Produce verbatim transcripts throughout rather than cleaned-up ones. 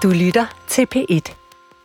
Du lytter til P et.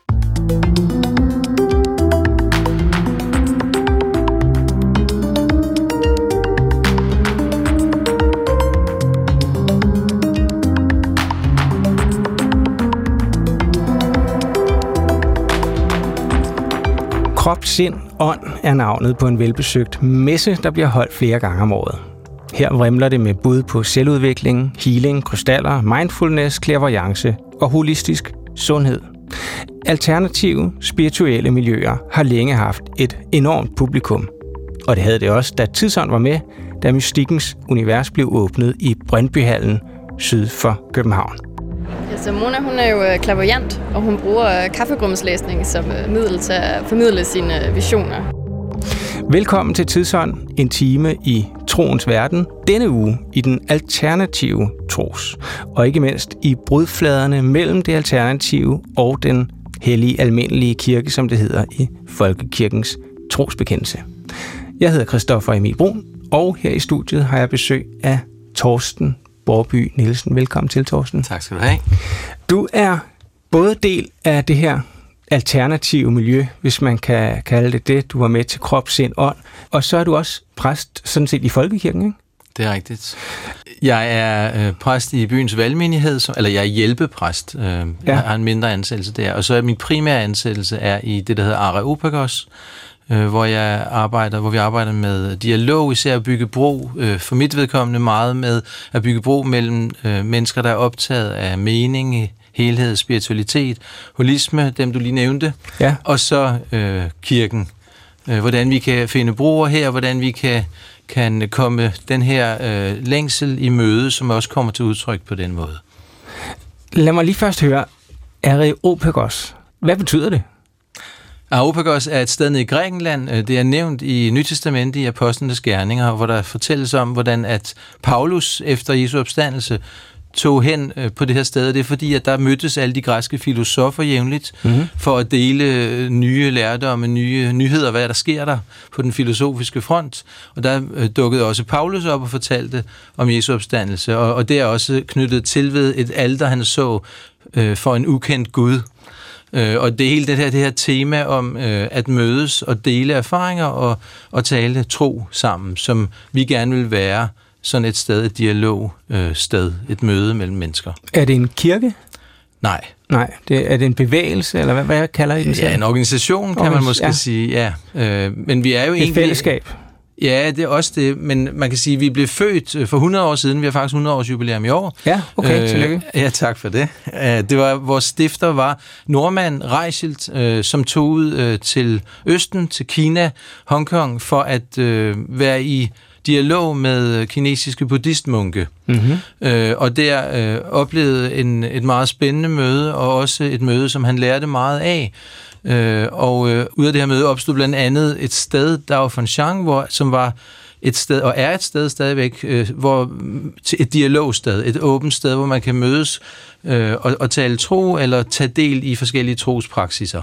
Krop, sind, ånd er navnet på en velbesøgt messe, der bliver holdt flere gange om året. Her vrimler det med bud på selvudvikling, healing, krystaller, mindfulness, clairvoyance og holistisk sundhed. Alternative, spirituelle miljøer har længe haft et enormt publikum. Og det havde det også, da Tidsånd var med, da mystikkens univers blev åbnet i Brøndbyhallen syd for København. Ja, så Mona, hun er jo clairvoyant, og hun bruger kaffegrumslæsning som middel til at formidle sine visioner. Velkommen til Tidsånd, en time i troens verden, denne uge i den alternative tros, og ikke mindst i brudfladerne mellem det alternative og den hellige almindelige kirke, som det hedder i Folkekirkens trosbekendelse. Jeg hedder Christoffer Emil Brun, og her i studiet har jeg besøg af Torsten Borby Nielsen. Velkommen til, Torsten. Tak skal du have. Du er både del af det her alternative miljø, hvis man kan kalde det det. Du var med til krop, sind, ånd. Og så er du også præst sådan set i Folkekirken, ikke? Det er rigtigt. Jeg er øh, præst i byens valgmenighed, som, eller jeg er hjælpepræst. Øh, ja. Jeg har en mindre ansættelse der. Og så er min primære ansættelse er i det, der hedder Areopagos, øh, hvor jeg arbejder, hvor vi arbejder med dialog, især at bygge bro. Øh, for mit vedkommende meget med at bygge bro mellem øh, mennesker, der er optaget af mening, helhed, spiritualitet, holisme, dem du lige nævnte, ja. Og så øh, kirken. Øh, hvordan vi kan finde broer her, hvordan vi kan, kan komme den her øh, længsel i møde, som også kommer til udtryk på den måde. Lad mig lige først høre, Areopagos, hvad betyder det? Areopagos er et sted nede i Grækenland. Det er nævnt i Nyt Testamentet i Apostlenes Gerninger, hvor der fortælles om, hvordan at Paulus efter Jesu opstandelse tog hen på det her sted. Det er fordi, at der mødtes alle de græske filosofer jævnligt mm-hmm. for at dele nye lærdomme, nye nyheder, hvad der sker der på den filosofiske front. Og der dukkede også Paulus op og fortalte om Jesu opstandelse. Og, og det er også knyttet til ved et alter, han så øh, for en ukendt Gud. Øh, og det er hele det her, det her tema om øh, at mødes og dele erfaringer og, og tale tro sammen, som vi gerne vil være sådan et sted, et dialogsted, øh, et møde mellem mennesker. Er det en kirke? Nej. Nej, det, er det en bevægelse, eller hvad, hvad kalder I den? Ja, en organisation, kan man måske ja. sige, ja. Øh, men vi er jo et egentlig... fællesskab? Ja, det er også det, men man kan sige, at vi blev født for hundrede år siden. Vi har faktisk hundrede års jubilæum i år. Ja, okay, øh, tillykke. Ja, tak for det. Det var, vores stifter var nordmand Reichelt, øh, som tog ud øh, til Østen, til Kina, Hongkong, for at øh, være i dialog med kinesiske buddhistmunke. Mm-hmm. Øh, og der øh, oplevede en, et meget spændende møde, og også et møde, som han lærte meget af. Øh, og øh, ud af det her møde opstod blandt andet et sted, der var Fengshang, hvor, som var et sted, og er et sted stadigvæk, øh, hvor, et dialogsted, et åbent sted, hvor man kan mødes øh, og, og tale tro, eller tage del i forskellige trospraksiser.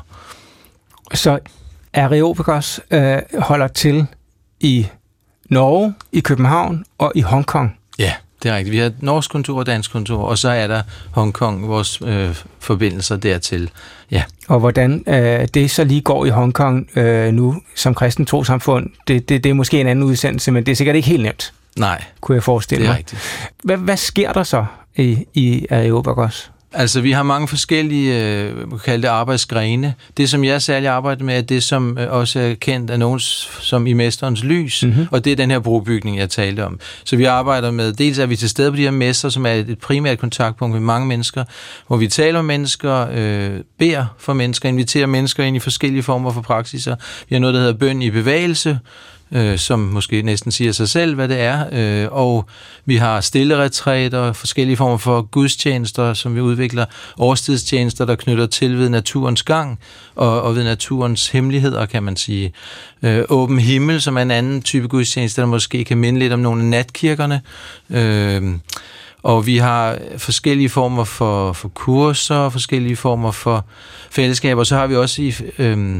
Så Areopagos øh, holder til i Norge, i København og i Hongkong. Ja, det er rigtigt. Vi har et norsk kontor og dansk kontor, og så er der Hongkong, vores øh, forbindelser dertil. Ja. Og hvordan øh, det så lige går i Hongkong øh, nu som kristen trossamfund, det, det, det er måske en anden udsendelse, men det er sikkert ikke helt nemt. Nej, kunne jeg forestille mig. Det er rigtigt. Hvad, hvad sker der så i, i Areopagos? Altså, vi har mange forskellige, øh, man kan kalde det arbejdsgrene. Det, som jeg særligt arbejder med, er det, som øh, også er kendt af nogen som i Mesterens Lys, mm-hmm. og det er den her brobygning, jeg talte om. Så vi arbejder med, dels er vi til stede på de her messer, som er et, et primært kontaktpunkt med mange mennesker, hvor vi taler om mennesker, øh, beder for mennesker, inviterer mennesker ind i forskellige former for praksiser. Vi har noget, der hedder bøn i bevægelse, Øh, som måske næsten siger sig selv, hvad det er. Øh, og vi har stilleretræter, forskellige former for gudstjenester, som vi udvikler, årstidstjenester, der knytter til ved naturens gang, og, og ved naturens hemmeligheder, kan man sige. Øh, åben himmel, som er en anden type gudstjeneste, der måske kan minde lidt om nogle af natkirkerne. Øh, og vi har forskellige former for, for kurser, forskellige former for fællesskaber. Så har vi også i... Øh,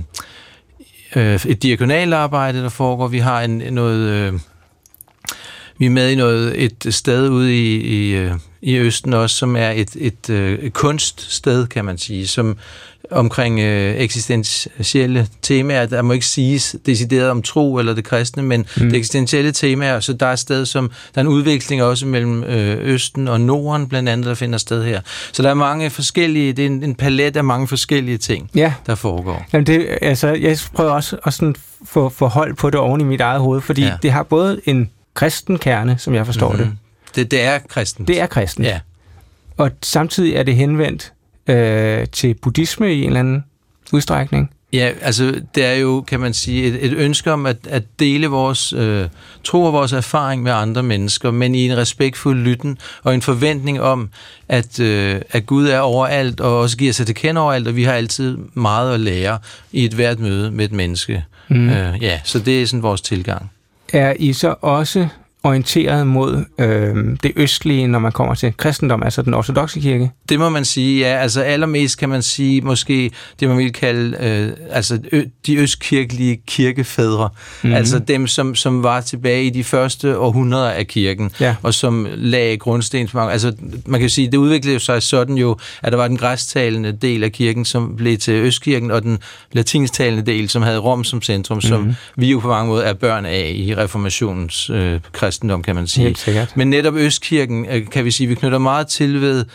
et diakonalt arbejde, der foregår. Vi har en, noget... Øh, vi er med i noget, et sted ude i, i, i Østen også, som er et, et, et kunststed, kan man sige, som omkring øh, eksistentielle temaer. Der må ikke siges decideret om tro eller det kristne, men mm. det eksistentielle temaer, så der er et sted, som der er en udveksling også mellem øh, Østen og Norden, blandt andet, der finder sted her. Så der er mange forskellige, det er en, en palet af mange forskellige ting, ja. der foregår. Jamen det, altså, jeg prøver også at sådan få, få hold på det oven i mit eget hoved, fordi ja. det har både en kristen kerne, som jeg forstår mm-hmm. det. det. Det er kristent. Det er kristent. Ja. Og samtidig er det henvendt øh, til buddhisme i en eller anden udstrækning. Ja, altså det er jo, kan man sige, et, et ønske om at, at dele vores øh, tro og vores erfaring med andre mennesker, men i en respektfuld lytten og en forventning om, at, øh, at Gud er overalt og også giver sig til kende overalt, og vi har altid meget at lære i et hvert møde med et menneske. Mm. Øh, ja, så det er sådan vores tilgang. Er I så også orienteret mod øh, det østlige, når man kommer til kristendom, altså den ortodokse kirke? Det må man sige, ja. Altså allermest kan man sige, måske det man vil kalde øh, altså ø- de østkirkelige kirkefædre. Mm-hmm. Altså dem, som, som var tilbage i de første århundreder af kirken, ja. og som lagde grundsten. Altså man kan sige, det udviklede sig sådan jo, at der var den græstalende del af kirken, som blev til østkirken, og den latinsktalende del, som havde Rom som centrum, mm-hmm. som vi jo på mange måder er børn af i reformationens øh, kristendom, kan man sige. Men netop Østkirken, kan vi sige, vi knytter meget til ved,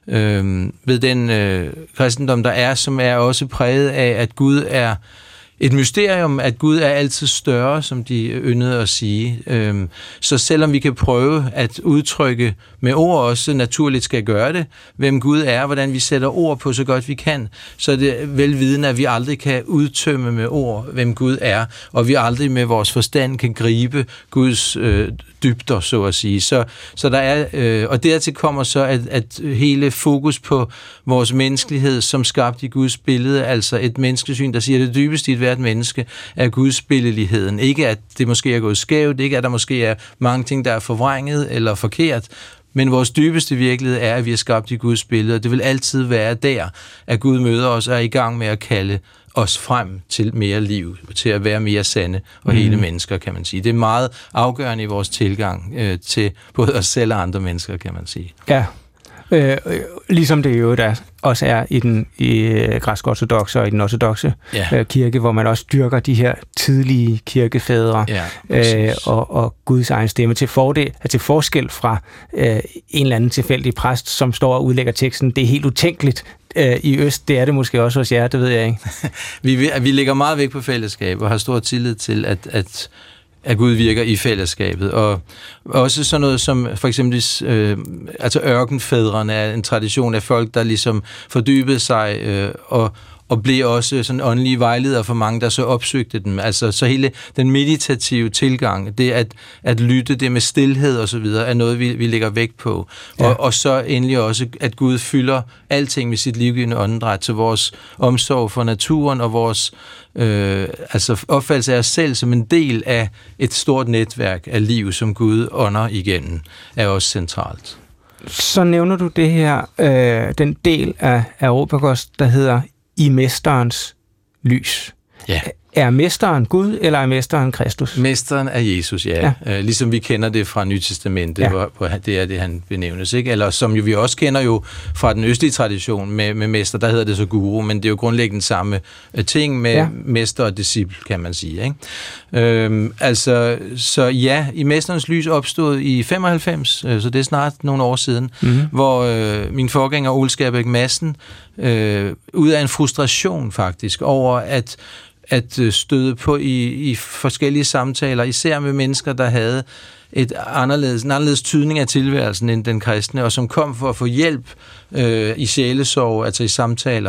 øh, ved den øh, kristendom, der er, som er også præget af, at Gud er et mysterium, at Gud er altid større, som de yndede at sige. Øhm, så selvom vi kan prøve at udtrykke med ord også, naturligt skal gøre det, hvem Gud er, hvordan vi sætter ord på så godt vi kan, så er det velvidende, at vi aldrig kan udtømme med ord, hvem Gud er, og vi aldrig med vores forstand kan gribe Guds øh, dybder, så at sige. Så, så der er, øh, og dertil kommer så, at, at hele fokus på vores menneskelighed, som skabt i Guds billede, altså et menneskesyn, der siger, at det dybeste i et hvert menneske er Guds billeligheden. Ikke at det måske er gået skævt, ikke at der måske er mange ting, der er forvrænget eller forkert, men vores dybeste virkelighed er, at vi er skabt i Guds billede, og det vil altid være der, at Gud møder os og er i gang med at kalde os frem til mere liv, til at være mere sande og mm. hele mennesker, kan man sige. Det er meget afgørende i vores tilgang øh, til både os selv og andre mennesker, kan man sige. Ja, øh, ligesom det jo der også er i den i græsk-ortodokse og i den ortodokse ja. øh, kirke, hvor man også dyrker de her tidlige kirkefædre ja, øh, og, og Guds egen stemme til, fordel, til forskel fra øh, en eller anden tilfældig præst, som står og udlægger teksten. Det er helt utænkeligt. I øst, det er det måske også hos jer, det ved jeg ikke. vi, vi lægger meget vægt på fællesskab og har stor tillid til, at, at, at Gud virker i fællesskabet. Og også sådan noget som for eksempel øh, altså ørkenfædrene er en tradition af folk, der ligesom fordybede sig øh, og og blev også sådan åndelige vejledere for mange, der så opsøgte dem. Altså, så hele den meditative tilgang, det at, at lytte, det med stilhed og så videre, er noget, vi, vi lægger vægt på. Ja. Og, og så endelig også, at Gud fylder alting med sit livgivende åndedræt, så vores omsorg for naturen og vores øh, altså opfattelse af os selv som en del af et stort netværk af liv, som Gud ånder igennem, er også centralt. Så nævner du det her, øh, den del af Areopagus, der hedder i mesterens lys. Ja. Er mesteren Gud, eller er mesteren Kristus? Mesteren er Jesus, ja. ja. Øh, ligesom vi kender det fra Nye Testamentet, ja. hvor, hvor det er det, han benævnes, ikke? Eller som jo vi også kender jo fra den østlige tradition med, med mester, der hedder det så guru, men det er jo grundlæggende samme ting med ja. mester og disciple, kan man sige, ikke? Øhm, altså, så ja, i mesterens lys opstod i femoghalvfems, øh, så det er snart nogle år siden, mm-hmm. hvor øh, min forgænger Ole Skærbæk Madsen, øh, ud af en frustration faktisk, over at at støde på i, i forskellige samtaler, især med mennesker, der havde et anderledes, en anderledes tydning af tilværelsen end den kristne, og som kom for at få hjælp øh, i sjælesorg, altså i samtaler,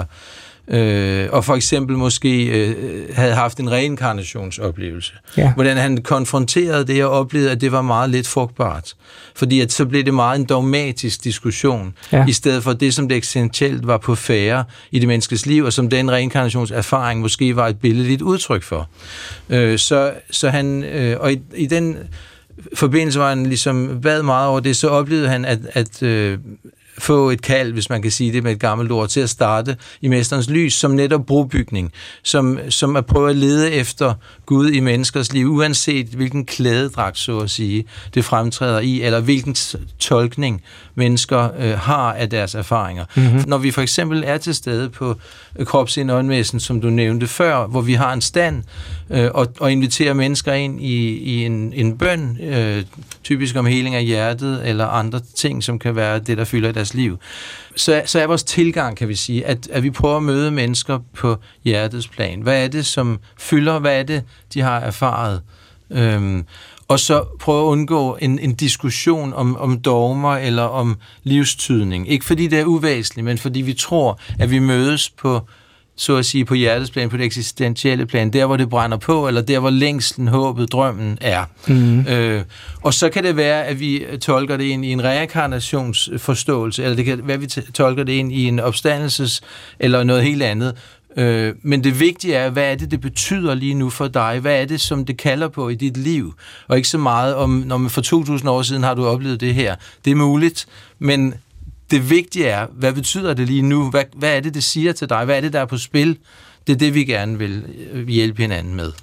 øh, og for eksempel måske øh, havde haft en reinkarnationsoplevelse. Ja. Hvordan han konfronterede det og oplevede, at det var meget lidt frugtbart. Fordi at så blev det meget en dogmatisk diskussion, ja. i stedet for det, som det eksistentielt var på færre i det menneskes liv, og som den reinkarnationserfaring måske var et billedligt udtryk for. Øh, så, så han, øh, og i, i den forbindelse var han ligesom bad meget over det, så oplevede han, at, at øh, få et kald, hvis man kan sige det med et gammelt ord, til at starte i Mesterens Lys, som netop brobygning, som, som at prøve at lede efter Gud i menneskers liv, uanset hvilken klædedragt, så at sige, det fremtræder i, eller hvilken tolkning mennesker øh, har af deres erfaringer. Mm-hmm. Når vi for eksempel er til stede på Kropsind Åndmessen, som du nævnte før, hvor vi har en stand øh, og, og inviterer mennesker ind i, i en, en bøn, øh, typisk om heling af hjertet, eller andre ting, som kan være det, der fylder i deres liv. Så, så er vores tilgang, kan vi sige, at, at vi prøver at møde mennesker på hjertets plan. Hvad er det, som fylder? Hvad er det, de har erfaret? Øhm, og så prøve at undgå en, en diskussion om, om dogmer eller om livstydning. Ikke fordi det er uvæsentligt, men fordi vi tror, at vi mødes på, så at sige, på hjertets plan, på det eksistentielle plan, der hvor det brænder på, eller der hvor længslen, håbet, drømmen er. Mm. Øh, og så kan det være, at vi tolker det ind i en reinkarnationsforståelse, eller det kan være, at vi tolker det ind i en opstandelses, eller noget helt andet. Øh, men det vigtige er, hvad er det, det betyder lige nu for dig? Hvad er det, som det kalder på i dit liv? Og ikke så meget om, når man for to tusind år siden har du oplevet det her. Det er muligt, men det vigtige er, hvad betyder det lige nu? Hvad, hvad er det, det siger til dig? Hvad er det, der er på spil? Det er det, vi gerne vil hjælpe hinanden med.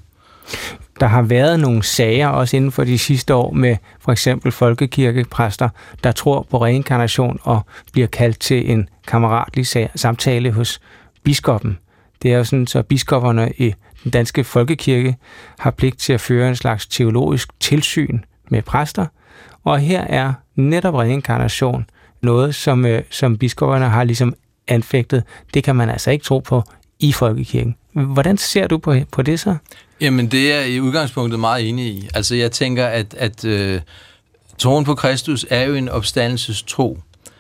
Der har været nogle sager også inden for de sidste år med for eksempel folkekirkepræster, der tror på reinkarnation og bliver kaldt til en kammeratlig samtale hos biskoppen. Det er jo sådan, så biskopperne i den danske folkekirke har pligt til at føre en slags teologisk tilsyn med præster, og her er netop reinkarnation noget, som, øh, som biskopperne har ligesom anfægtet. Det kan man altså ikke tro på i folkekirken. Hvordan ser du på, på det så? Jamen, det er i udgangspunktet meget enig i. Altså, jeg tænker, at, at øh, troen på Kristus er jo en opstandelsestro.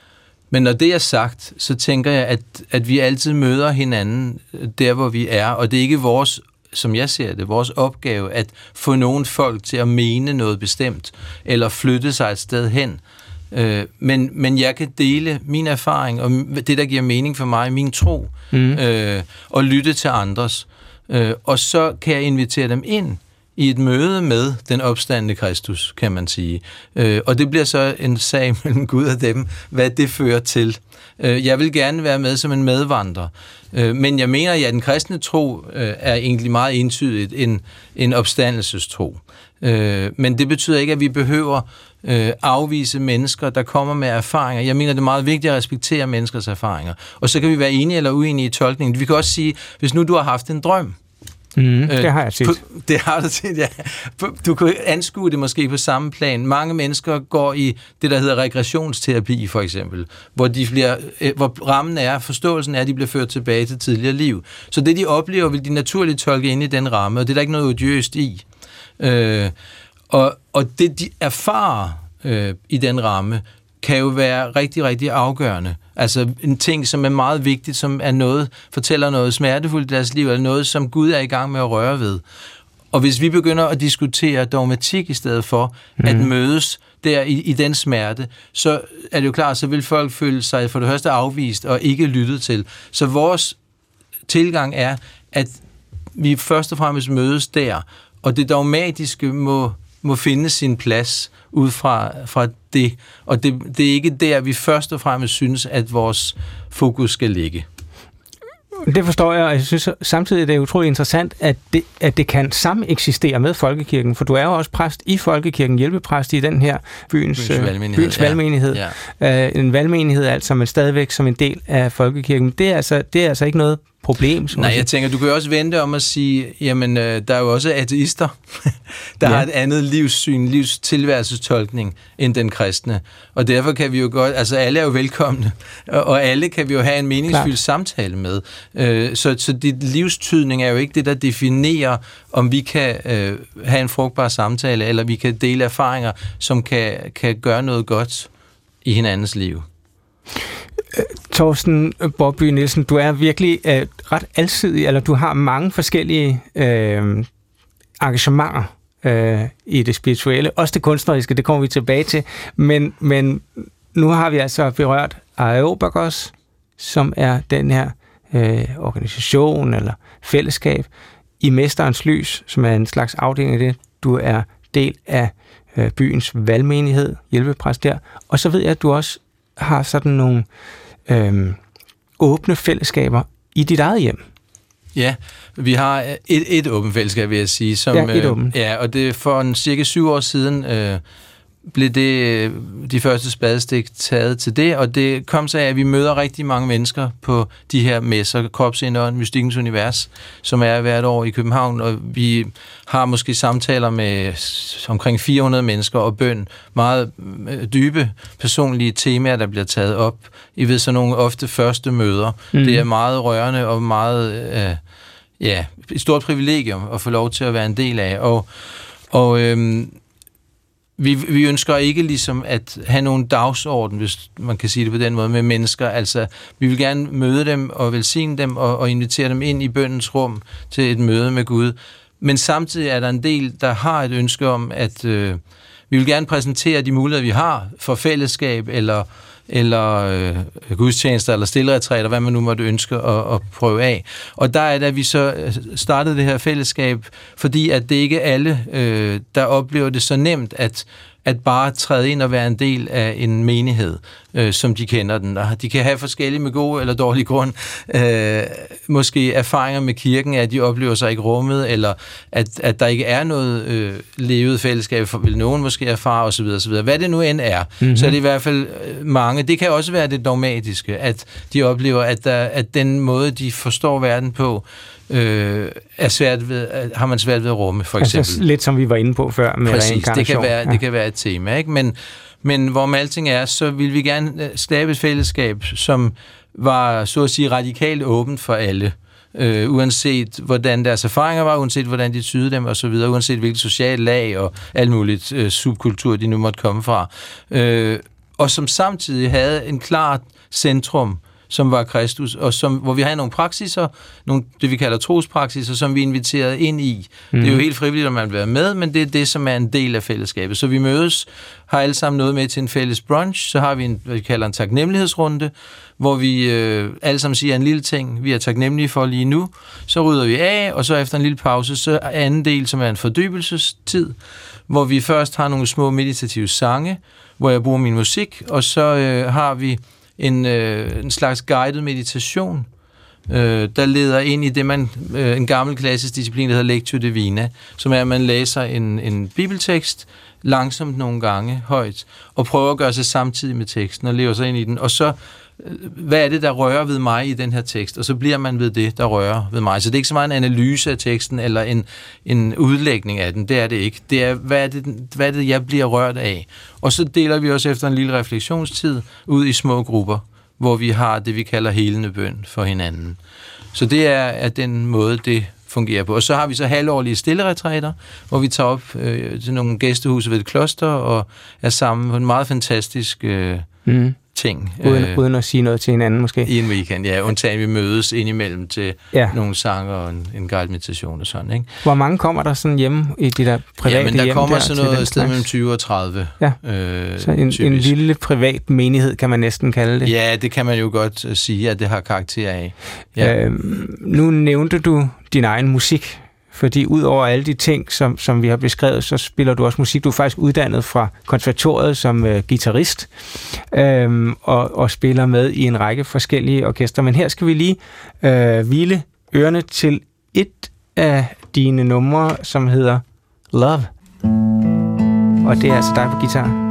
Men når det er sagt, så tænker jeg, at, at vi altid møder hinanden der, hvor vi er, og det er ikke vores, som jeg ser det, vores opgave at få nogen folk til at mene noget bestemt, eller flytte sig et sted hen. Øh, men, men jeg kan dele min erfaring, og det, der giver mening for mig, min tro, mm. øh, og lytte til andres. Øh, og så kan jeg invitere dem ind i et møde med den opstandne Kristus, kan man sige. Øh, og det bliver så en sag mellem Gud og dem, hvad det fører til. Øh, jeg vil gerne være med som en medvandrer, øh, men jeg mener, at den kristne tro øh, er egentlig meget entydigt en, en opstandelsestro. Øh, men det betyder ikke, at vi behøver øh, afvise mennesker, der kommer med erfaringer. Jeg mener, det er meget vigtigt at respektere menneskers erfaringer. Og så kan vi være enige eller uenige i tolkningen. Vi kan også sige, hvis nu du har haft en drøm, Mm, øh, det har jeg set. På, det har du set, ja. Du kan anskue det måske på samme plan. Mange mennesker går i det, der hedder regressionsterapi, for eksempel, hvor, de bliver, hvor rammen er, forståelsen er, at de bliver ført tilbage til tidligere liv. Så det, de oplever, vil de naturligt tolke ind i den ramme, og det er der ikke noget odiøst i. Øh, og, og det, de erfarer øh, i den ramme, kan jo være rigtig, rigtig afgørende. Altså en ting, som er meget vigtigt, som er noget, fortæller noget smertefuldt i deres liv, eller noget, som Gud er i gang med at røre ved. Og hvis vi begynder at diskutere dogmatik i stedet for mm. at mødes der i, i den smerte, så er det jo klart, så vil folk føle sig for det første afvist og ikke lyttet til. Så vores tilgang er, at vi først og fremmest mødes der, og det dogmatiske må, må finde sin plads ud fra, fra det. Og det, det er ikke der, vi først og fremmest synes, at vores fokus skal ligge. Det forstår jeg, og jeg synes samtidig, det er utroligt interessant, at det, at det kan sameksistere med folkekirken, for du er jo også præst i folkekirken, hjælpepræst i den her byens, byens valgmenighed. Byens valgmenighed. Ja. Uh, en valgmenighed, altså, men stadigvæk som en del af folkekirken. Det er altså, det er altså ikke noget problem. Nej, jeg tænker, du kan jo også vente om at sige, jamen, øh, der er jo også ateister, der ja. har et andet livssyn, livstilværelsestolkning end den kristne. Og derfor kan vi jo godt, altså alle er jo velkomne, og, og alle kan vi jo have en meningsfyldt Klar. samtale med. Øh, så, så dit livstydning er jo ikke det, der definerer, om vi kan øh, have en frugtbar samtale, eller vi kan dele erfaringer, som kan, kan gøre noget godt i hinandens liv. Torsten Bårdby Nielsen, du er virkelig øh, ret alsidig, eller du har mange forskellige øh, engagementer øh, i det spirituelle, også det kunstneriske, det kommer vi tilbage til, men, men nu har vi altså berørt Areopagos, som er den her øh, organisation eller fællesskab i Mesterens Lys, som er en slags afdeling af det. Du er del af øh, byens valgmenighed, hjælpepræst der, og så ved jeg, at du også har sådan nogle øh, åbne fællesskaber i dit eget hjem. Ja, vi har et, et åbent fællesskab, vil jeg sige. Som, ja, et åbent. Øh, ja, og det for en cirka syv år siden øh, blev det de første spadestik taget til det, og det kom så af, at vi møder rigtig mange mennesker på de her messer, Kropsindånd, Mystikkens Univers, som er hvert år i København, og vi har måske samtaler med omkring fire hundrede mennesker og bøn, meget dybe personlige temaer, der bliver taget op. I ved, så nogle ofte første møder. Mm. Det er meget rørende og meget, øh, ja, et stort privilegium at få lov til at være en del af, og, og øh, Vi, vi ønsker ikke ligesom at have nogen dagsorden, hvis man kan sige det på den måde, med mennesker. Altså, vi vil gerne møde dem og velsigne dem og, og invitere dem ind i bønnens rum til et møde med Gud. Men samtidig er der en del, der har et ønske om, at øh, vi vil gerne præsentere de muligheder, vi har for fællesskab eller, eller øh, gudstjenester eller stilleretræter, hvad man nu måtte ønske at, at prøve af. Og der er det, at vi så startede det her fællesskab, fordi at det ikke er alle, øh, der oplever det så nemt, at at bare træde ind og være en del af en menighed, øh, som de kender den. De kan have forskellige med god eller dårlig grund. Øh, måske erfaringer med kirken, at de oplever sig ikke rummet, eller at, at der ikke er noget øh, levet fællesskab, for vil nogen måske erfare, osv. osv. Hvad det nu end er, mm-hmm. så er det i hvert fald mange. Det kan også være det dogmatiske, at de oplever, at, der, at den måde, de forstår verden på, Øh, er svært ved, har man svært ved at rumme, for eksempel. Altså, lidt som vi var inde på før med Præcis, reinkarnation. det kan være, ja. det kan være et tema, ikke? Men, men hvorom alting er, så vil vi gerne skabe et fællesskab, som var, så at sige, radikalt åbent for alle. Øh, uanset hvordan deres erfaringer var, uanset hvordan de tydede dem og så videre, uanset hvilket socialt lag og alt muligt øh, subkultur, de nu måtte komme fra. Øh, og som samtidig havde en klart centrum, som var Kristus, og som, hvor vi har nogle praksiser, nogle, det vi kalder trospraksiser, som vi er inviteret ind i. Mm. Det er jo helt frivilligt, om man vil være med, men det er det, som er en del af fællesskabet. Så vi mødes, har alle sammen noget med til en fælles brunch, så har vi en, hvad vi kalder en taknemmelighedsrunde, hvor vi øh, alle sammen siger en lille ting, vi er taknemmelige for lige nu, så rydder vi af, og så efter en lille pause, så er anden del, som er en fordybelsestid, hvor vi først har nogle små meditative sange, hvor jeg bruger min musik, og så øh, har vi En, øh, en slags guided meditation, øh, der leder ind i det, man øh, en gammel klassisk disciplin, der hedder Lectio Divina, som er, at man læser en, en bibeltekst langsomt nogle gange, højt, og prøver at gøre sig samtidig med teksten, og lever sig ind i den, og så, øh, hvad er det, der rører ved mig i den her tekst, og så bliver man ved det, der rører ved mig. Så det er ikke så meget en analyse af teksten, eller en, en udlægning af den, det er det ikke. Det er, hvad er det, hvad er det, jeg bliver rørt af? Og så deler vi også efter en lille refleksionstid ud i små grupper, hvor vi har det, vi kalder helende bøn for hinanden. Så det er, er den måde, det fungerer på. Og så har vi så halvårlige stilleretræter, hvor vi tager op øh, til nogle gæstehuse ved et kloster, og er sammen på en meget fantastisk øh, mm. ting. Uden, øh, uden at sige noget til hinanden, måske? I en weekend, ja. Undtagen vi mødes indimellem til ja. nogle sanger og en, en guided meditation og sådan, ikke? Hvor mange kommer der sådan hjemme i de der private hjem? Ja, men der hjem kommer der sådan noget sted mellem tyve og tredive. Ja. Øh, så en, en lille privat menighed, kan man næsten kalde det. Ja, det kan man jo godt uh, sige, at det har karakter af. Ja. Øhm, nu nævnte du din egen musik, fordi ud over alle de ting, som, som vi har beskrevet, så spiller du også musik. Du er faktisk uddannet fra konservatoriet som øh, guitarist, øhm, og, og spiller med i en række forskellige orkestre. Men her skal vi lige øh, hvile ørerne til et af dine numre, som hedder Love. Og det er altså dig på guitar.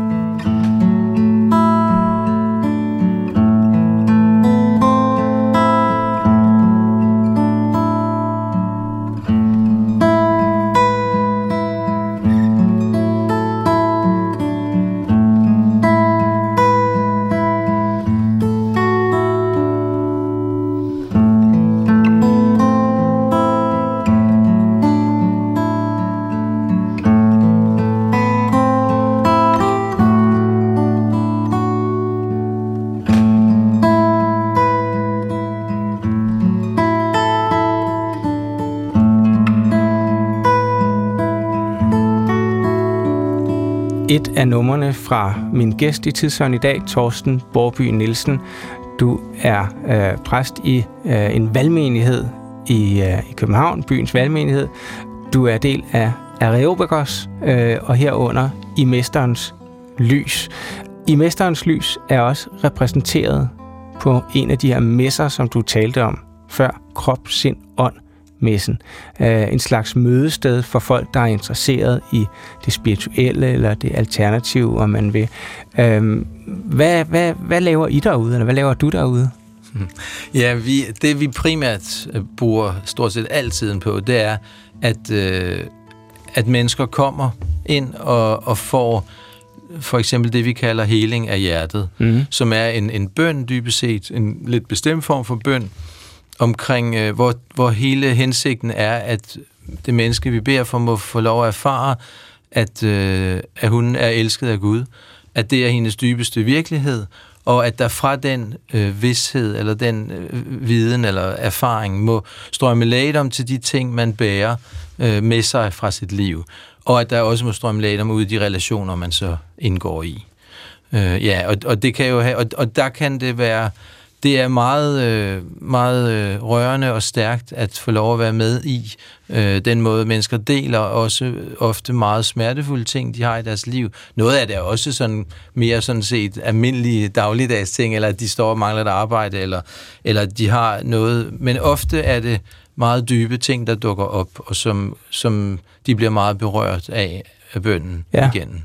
Et af numrene fra min gæst i Tidsånd i dag, Torsten Borby Nielsen. Du er øh, præst i øh, en valgmenighed i, øh, i København, byens valgmenighed. Du er del af Areopagos, øh, og herunder i Mesterens Lys. I Mesterens Lys er også repræsenteret på en af de her messer, som du talte om før, krop, sind, ånd messen. En slags mødested for folk, der er interesseret i det spirituelle eller det alternative, om man vil. Hvad, hvad, hvad laver I derude, eller hvad laver du derude? Ja, vi, det vi primært bruger stort set altid på, det er, at, øh, at mennesker kommer ind og, og får for eksempel det, vi kalder heling af hjertet, mm. som er en, en bøn dybest set, en lidt bestemt form for bøn, omkring, øh, hvor, hvor hele hensigten er, at det menneske, vi beder for, må få lov at erfare, at, øh, at hun er elsket af Gud, at det er hendes dybeste virkelighed, og at der fra den øh, vidshed, eller den øh, viden, eller erfaring, må strømme lægedom til de ting, man bærer øh, med sig fra sit liv, og at der også må strømme lægedom ud i de relationer, man så indgår i. Øh, ja, og, og det kan jo have, og, og der kan det være, det er meget, øh, meget øh, rørende og stærkt at få lov at være med i øh, den måde, mennesker deler også ofte meget smertefulde ting, de har i deres liv. Noget af det er også sådan mere sådan set almindelige dagligdags ting, eller at de står og mangler et arbejde, eller, eller de har noget, men ofte er det meget dybe ting, der dukker op, og som, som de bliver meget berørt af, af bønnen ja. igen.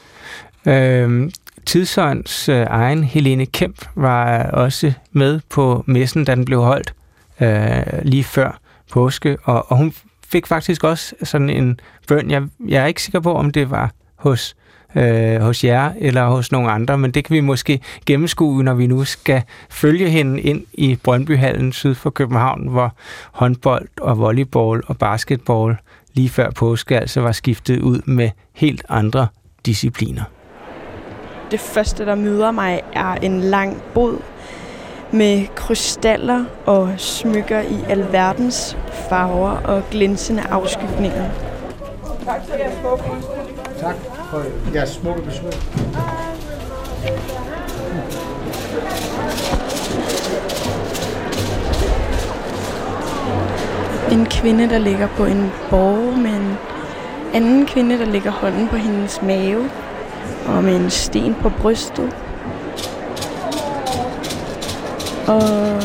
Øhm Tidsånds øh, egen Helene Kemp var også med på messen, da den blev holdt øh, lige før påske, og, og hun fik faktisk også sådan en bøn. Jeg, jeg er ikke sikker på, om det var hos, øh, hos jer eller hos nogle andre, men det kan vi måske gennemskue, når vi nu skal følge hende ind i Brøndbyhallen syd for København, hvor håndbold og volleyball og basketball lige før påske altså var skiftet ud med helt andre discipliner. Det første, der møder mig, er en lang bod med krystaller og smykker i alverdens farver og glinsende afskygninger. Tak for jeres fokus. Tak for jeres smukke besøg. En kvinde, der ligger på en borg med en anden kvinde, der lægger hånden på hendes mave og med en sten på brystet. Og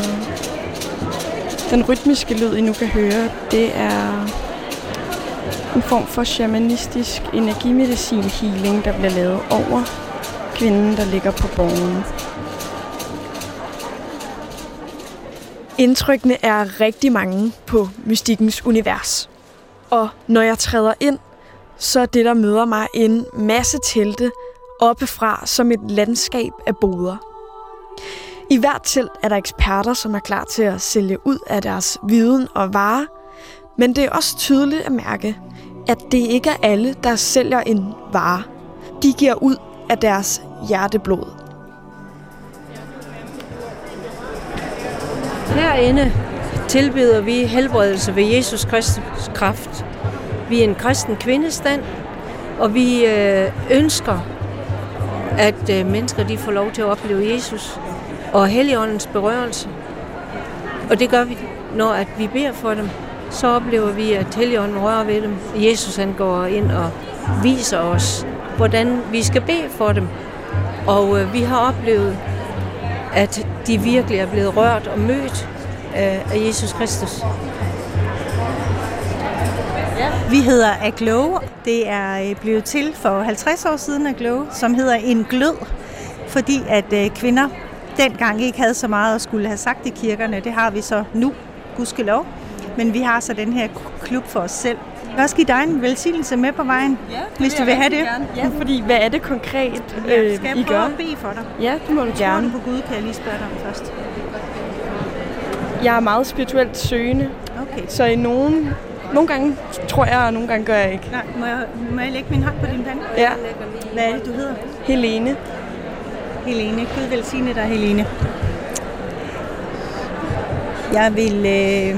den rytmiske lyd, I nu kan høre, det er en form for shamanistisk energimedicin healing, der bliver lavet over kvinden, der ligger på borgen. Indtrykkene er rigtig mange på mystikkens univers. Og når jeg træder ind, så er det, der møder mig, en masse telte oppefra som et landskab af boder. I hvert telt er der eksperter, som er klar til at sælge ud af deres viden og varer, men det er også tydeligt at mærke, at det ikke er alle, der sælger en vare. De giver ud af deres hjerteblod. Herinde tilbyder vi helbredelse ved Jesus Kristi kraft. Vi er en kristen kvindestand, og vi ønsker, at mennesker de får lov til at opleve Jesus og Helligåndens berørelse. Og det gør vi, når at vi beder for dem. Så oplever vi, at Helligånden rører ved dem. Jesus han går ind og viser os, hvordan vi skal bede for dem. Og vi har oplevet, at de virkelig er blevet rørt og mødt af Jesus Kristus. Vi hedder Aglow. Det er blevet til for halvtreds år siden Aglow, som hedder en glød, fordi at kvinder dengang ikke havde så meget at skulle have sagt i kirkerne. Det har vi så nu, gudskelov. Men vi har så den her klub for os selv. Jeg kan også give dig en velsignelse med på vejen, ja, hvis du vil have det. Gerne. Ja, fordi hvad er det konkret, øh, skal jeg I prøve gør? at bede for dig? Ja, det må du gerne. Tror du på Gud, kan jeg lige spørge dig om først. Jeg er meget spirituelt søgende, okay. Så i nogen, nogle gange tror jeg, og nogle gange gør jeg ikke. Nej, må jeg, må jeg lægge min hånd på din pande? Ja. Hvad er det, du hedder? Helene. Helene. Gud velsigne dig, Helene. Jeg vil øh,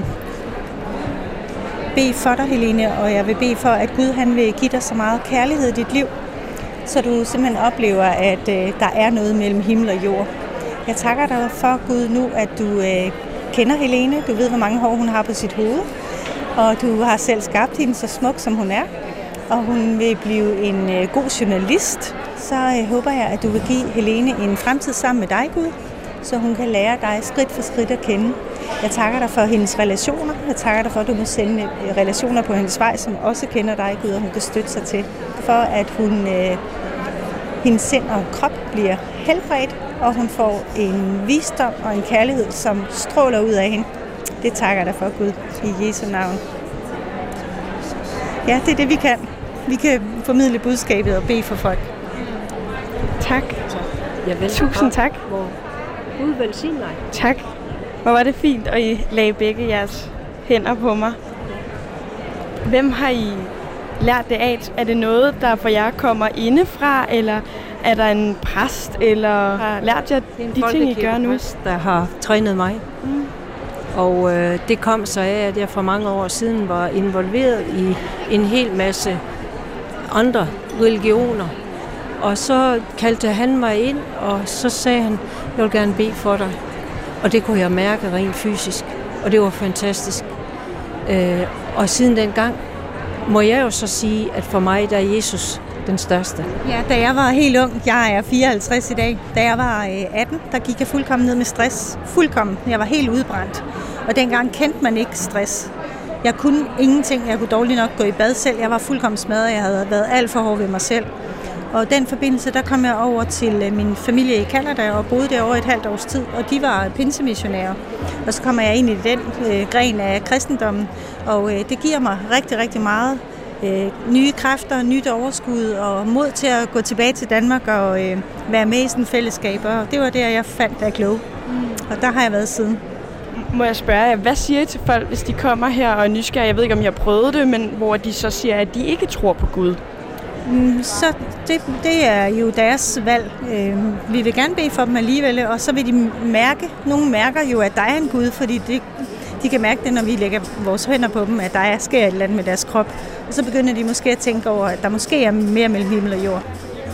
bede for dig, Helene, og jeg vil bede for, at Gud han vil give dig så meget kærlighed i dit liv, så du simpelthen oplever, at øh, der er noget mellem himmel og jord. Jeg takker dig for, Gud, nu, at du øh, kender Helene. Du ved, hvor mange hår hun har på sit hoved, og du har selv skabt hende så smuk, som hun er. Og hun vil blive en øh, god journalist, så øh, håber jeg, at du vil give Helene en fremtid sammen med dig, Gud, så hun kan lære dig skridt for skridt at kende. Jeg takker dig for hendes relationer. Jeg takker dig for, at du må sende relationer på hendes vej, som også kender dig, Gud, og hun kan støtte sig til. For at hun, øh, hendes sind og krop bliver helbredt, og hun får en visdom og en kærlighed, som stråler ud af hende. Det takker jeg dig for, Gud, i Jesu navn. Ja, det er det, vi kan. Vi kan formidle budskabet og bede for folk. Tak. Ja, Tusind tak. Hvor Gud velsigne dig. Tak. Hvor var det fint, at I lagde begge jeres hænder på mig. Hvem har I lært det af? Er det noget, der for jer kommer indefra, eller er der en præst, eller har lært jer de ting, I gør nu? Præst, der har trænet mig. Mm. Og øh, det kom så af, at jeg for mange år siden var involveret i en hel masse andre religioner. Og så kaldte han mig ind, og så sagde han, jeg vil gerne bede for dig. Og det kunne jeg mærke rent fysisk, og det var fantastisk. Øh, og siden dengang må jeg jo så sige, at for mig der er Jesus den største. Ja, da jeg var helt ung, jeg er fireoghalvtreds i dag, da jeg var atten, der gik jeg fuldkommen ned med stress. Fuldkommen. Jeg var helt udbrændt. Og dengang kendte man ikke stress. Jeg kunne ingenting. Jeg kunne dårligt nok gå i bad selv. Jeg var fuldkommen smadret. Jeg havde været alt for hård ved mig selv. Og i den forbindelse, der kom jeg over til min familie i Canada og boede der over et halvt års tid, og de var pinsemissionærer. Og så kommer jeg ind i den øh, gren af kristendommen, og øh, det giver mig rigtig, rigtig meget øh, nye kræfter, nyt overskud og mod til at gå tilbage til Danmark og øh, være med i sådan et fællesskab. Og det var der, jeg fandt Aglow, mm. og der har jeg været siden. Må jeg spørge jer, hvad siger I til folk, hvis de kommer her og er nysgerrige? Jeg ved ikke, om jeg har prøvet det, men hvor de så siger, at de ikke tror på Gud. Så det, det er jo deres valg. Vi vil gerne bede for dem alligevel, og så vil de mærke, nogle mærker jo, at der er en Gud, fordi det, de kan mærke det, når vi lægger vores hænder på dem, at der er, sker et eller andet med deres krop. Og så begynder de måske at tænke over, at der måske er mere mellem himmel og jord.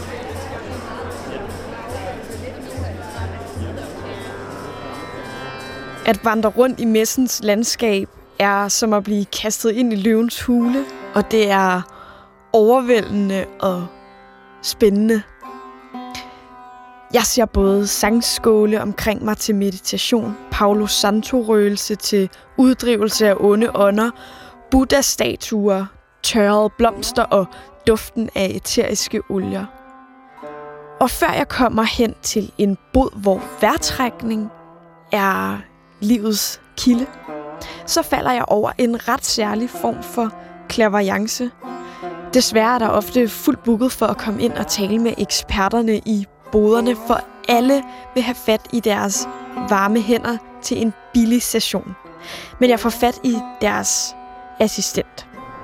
At vandre rundt i messens landskab er som at blive kastet ind i løvens hule, og det er overvældende og spændende. Jeg ser både sangskåle omkring mig til meditation, Palo Santo-røgelse til uddrivelse af onde ånder, Buddha-statuer, tørrede blomster og duften af æteriske olier. Og før jeg kommer hen til en bod, hvor vejrtrækning er livets kilde, så falder jeg over en ret særlig form for clairvoyance. Desværre er der ofte fuldt booket for at komme ind og tale med eksperterne i boderne, for alle vil have fat i deres varme hænder til en billig session. Men jeg får fat i deres assistent.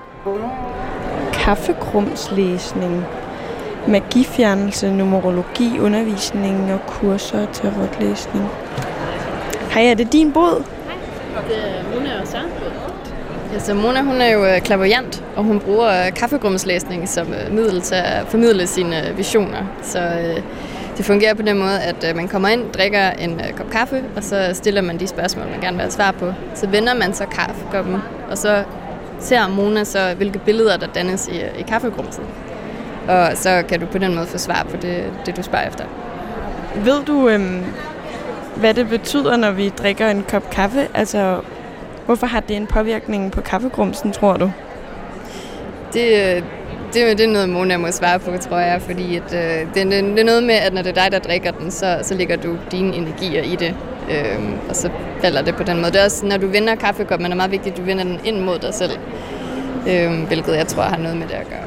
Kaffegrumslæsning, magifjernelse, numerologi, undervisning og kurser til tarotlæsning. Hej, er det din bod? Hej, det er Mona og Søren. Ja, så Mona, hun er jo clairvoyant, og hun bruger kaffegrumslæsning som middel til at formidle sine visioner. Så øh, det fungerer på den måde, at øh, man kommer ind, drikker en øh, kop kaffe, og så stiller man de spørgsmål, man gerne vil have svar på. Så vender man så kaffekoppen, og så ser Mona så, hvilke billeder der dannes i, i kaffegrumset. Og så kan du på den måde få svar på det, det du spørger efter. Ved du, øhm, hvad det betyder, når vi drikker en kop kaffe? Altså, hvorfor har det en påvirkning på kaffegrumsen, tror du? Det, det, det er noget, Mona må svare på, tror jeg, fordi at, øh, det, det er noget med, at når det er dig, der drikker den, så, så lægger du dine energier i det, øh, og så falder det på den måde. Det er også, når du vender kaffekoppen, er det meget vigtigt, at du vender den ind mod dig selv, øh, hvilket jeg tror har noget med det at gøre.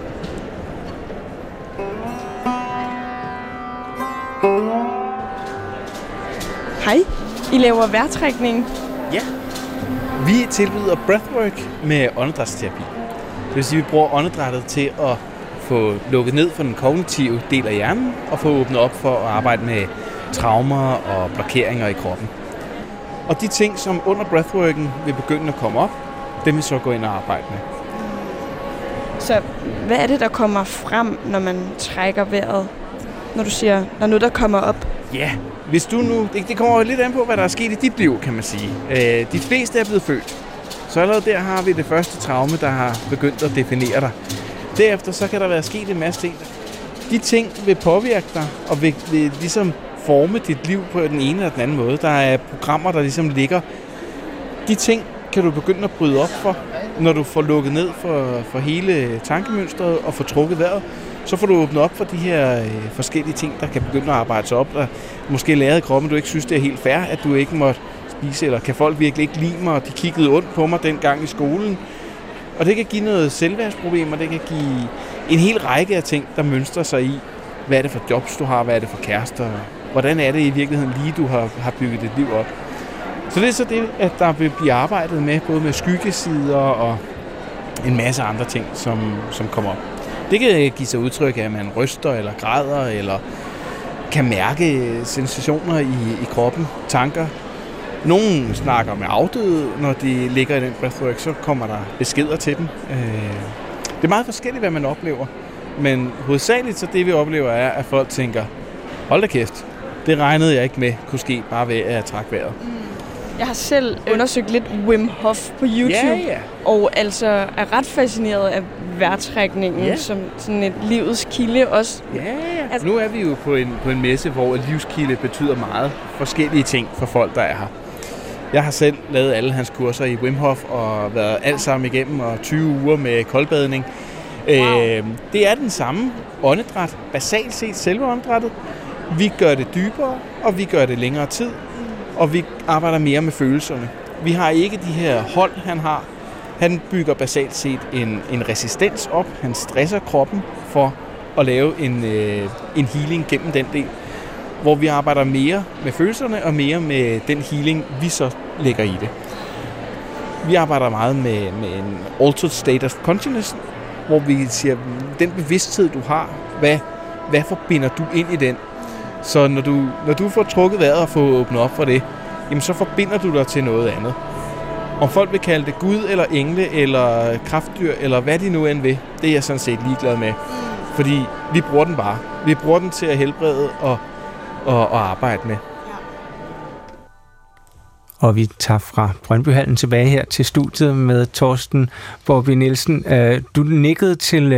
Hej, I laver vejrtrækning. Ja, vi tilbyder breathwork med åndedrætsterapi. Det vil sige, at vi bruger åndedrættet til at få lukket ned for den kognitive del af hjernen og få åbnet op for at arbejde med traumer og blokeringer i kroppen. Og de ting, som under breathworken vil begynde at komme op, dem vil så gå ind og arbejde med. Så hvad er det, der kommer frem, når man trækker vejret? Når du siger, når noget der kommer op? Ja, hvis du nu... Det, det kommer jo lidt an på, hvad der er sket i dit liv, kan man sige. Øh, de fleste er blevet født. Så allerede der har vi det første traume, der har begyndt at definere dig. Derefter så kan der være sket en masse ting. de ting vil påvirke dig, og vil, vil ligesom forme dit liv på den ene eller den anden måde. Der er programmer, der ligesom ligger. De ting kan du begynde at bryde op for, når du får lukket ned for, for hele tankemønstret og får trukket vejret. Så får du åbnet op for de her øh, forskellige ting, der kan begynde at arbejde sig op. Der måske læret i kroppen, du ikke synes, det er helt fair, at du ikke måtte spise, eller kan folk virkelig ikke lide mig, og de kiggede ondt på mig dengang i skolen. Og det kan give noget selvværdsproblemer, det kan give en hel række af ting, der mønstrer sig i, hvad er det for jobs, du har, hvad er det for kærester, hvordan er det i virkeligheden lige, du har, har bygget dit liv op. Så det er så det, at der vil blive arbejdet med, både med skyggesider og en masse andre ting, som, som kommer op. Det kan give sig udtryk af, at man ryster eller græder, eller kan mærke sensationer i, i kroppen, tanker. Nogle snakker med afdøde, når de ligger i den breathwork, så kommer der beskeder til dem. Det er meget forskelligt, hvad man oplever. Men hovedsageligt så det, vi oplever, er, at folk tænker, hold da kæft, det regnede jeg ikke med, kunne ske bare ved at trække vejret. Jeg har selv undersøgt lidt Wim Hof på YouTube, ja, ja. og altså er ret fascineret af vejrtrækningen ja. som sådan et livets kilde også. Ja, ja. Altså, nu er vi jo på en, på en messe, hvor livskilde betyder meget forskellige ting for folk, der er her. Jeg har selv lavet alle hans kurser i Wim Hof og været alt sammen igennem og tyve uger med koldbadning. Wow. Øh, det er den samme åndedræt, basalt set selve åndedrættet. Vi gør det dybere, og vi gør det længere tid, og vi arbejder mere med følelserne. Vi har ikke de her hold, han har. Han bygger basalt set en, en resistens op. Han stresser kroppen for at lave en, øh, en healing gennem den del, hvor vi arbejder mere med følelserne og mere med den healing, vi så lægger i det. Vi arbejder meget med, med en altered state of consciousness, hvor vi siger, den bevidsthed, du har, hvad, hvad forbinder du ind i den? Så når du, når du får trukket vejret og får åbnet op for det, jamen så forbinder du dig til noget andet. Om folk vil kalde det Gud, eller engle, eller kraftdyr, eller hvad de nu end vil, det er jeg sådan set ligeglad med. Fordi vi bruger den bare. Vi bruger den til at helbrede og, og, og arbejde med. Og vi tager fra Brøndbyhallen tilbage her til studiet med Torsten Bobby Nielsen. Du nikkede til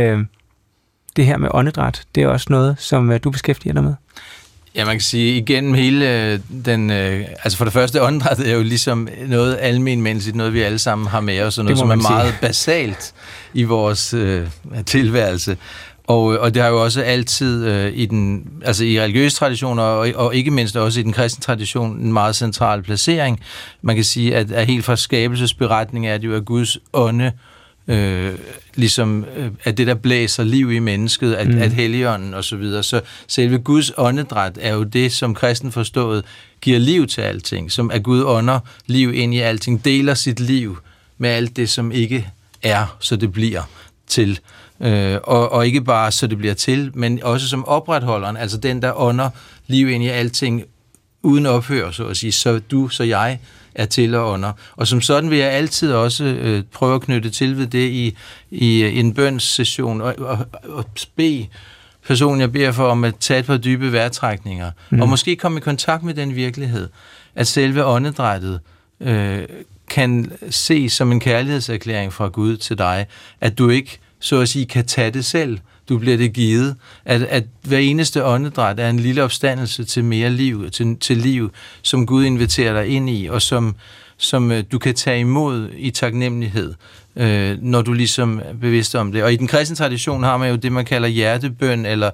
det her med åndedræt. Det er også noget, som du beskæftiger dig med. Ja, man kan sige, igennem hele den... Øh, altså for det første, åndedrættet er jo ligesom noget almenmenneskeligt, noget vi alle sammen har med os, og noget, som er meget sige. basalt i vores øh, tilværelse. Og, og det har jo også altid øh, i den, altså i religiøse traditioner, og, og ikke mindst også i den kristne tradition, en meget central placering. Man kan sige, at, at helt fra skabelsesberetningen er det jo, at Guds ånde, Øh, ligesom øh, at det der blæser liv i mennesket, at, mm. at Helligånden og så videre. Så selve Guds åndedræt er jo det, som kristen forstået giver liv til alting, som at Gud ånder liv ind i alting, deler sit liv med alt det, som ikke er, så det bliver til. Øh, og, og ikke bare så det bliver til, men også som opretholderen, altså den, der ånder liv ind i alting uden ophør, så at sige, så du, så jeg er til og under. Og som sådan vil jeg altid også øh, prøve at knytte til ved det i, i, i en bønssession og, og, og bede personen, jeg beder for, om at tage et par dybe vejrtrækninger, mm. og måske komme i kontakt med den virkelighed, at selve åndedrættet øh, kan ses som en kærlighedserklæring fra Gud til dig, at du ikke, så at sige, kan tage det selv. Du bliver det givet, at, at hver eneste åndedræt er en lille opstandelse til mere liv, til, til liv, som Gud inviterer dig ind i, og som, som du kan tage imod i taknemmelighed, øh, når du ligesom er bevidst om det. Og i den kristne tradition har man jo det, man kalder hjertebøn, eller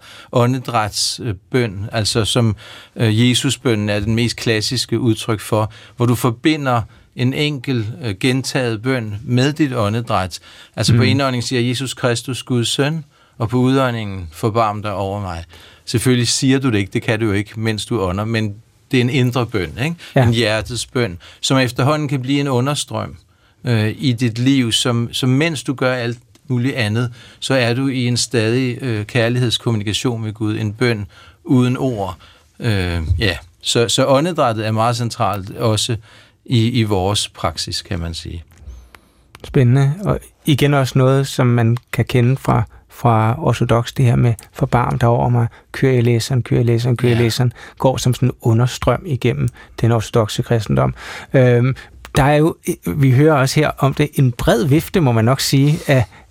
åndedrætsbøn, altså som øh, Jesusbønnen er den mest klassiske udtryk for, hvor du forbinder en enkel øh, gentaget bøn med dit åndedræt. Altså mm. på indånding siger Jesus Kristus, Guds søn, og på udåndingen, forbarm dig over mig. Selvfølgelig siger du det ikke, det kan du jo ikke, mens du ånder, men det er en indre bøn, ikke? Ja. En hjertets bøn, som efterhånden kan blive en understrøm øh, i dit liv, som, som mens du gør alt muligt andet, så er du i en stadig øh, kærlighedskommunikation med Gud, en bøn uden ord. Øh, ja. så, så åndedrættet er meget centralt også i, i vores praksis, kan man sige. Spændende, og igen også noget, som man kan kende fra fra ortodox, det her med forbarm dig over mig, Kyrie-læseren, Kyrie-læseren, Kyrie-læseren, ja. går som sådan en understrøm igennem den ortodoxe kristendom. Øhm, der er jo, vi hører også her om det, en bred vifte, må man nok sige, af,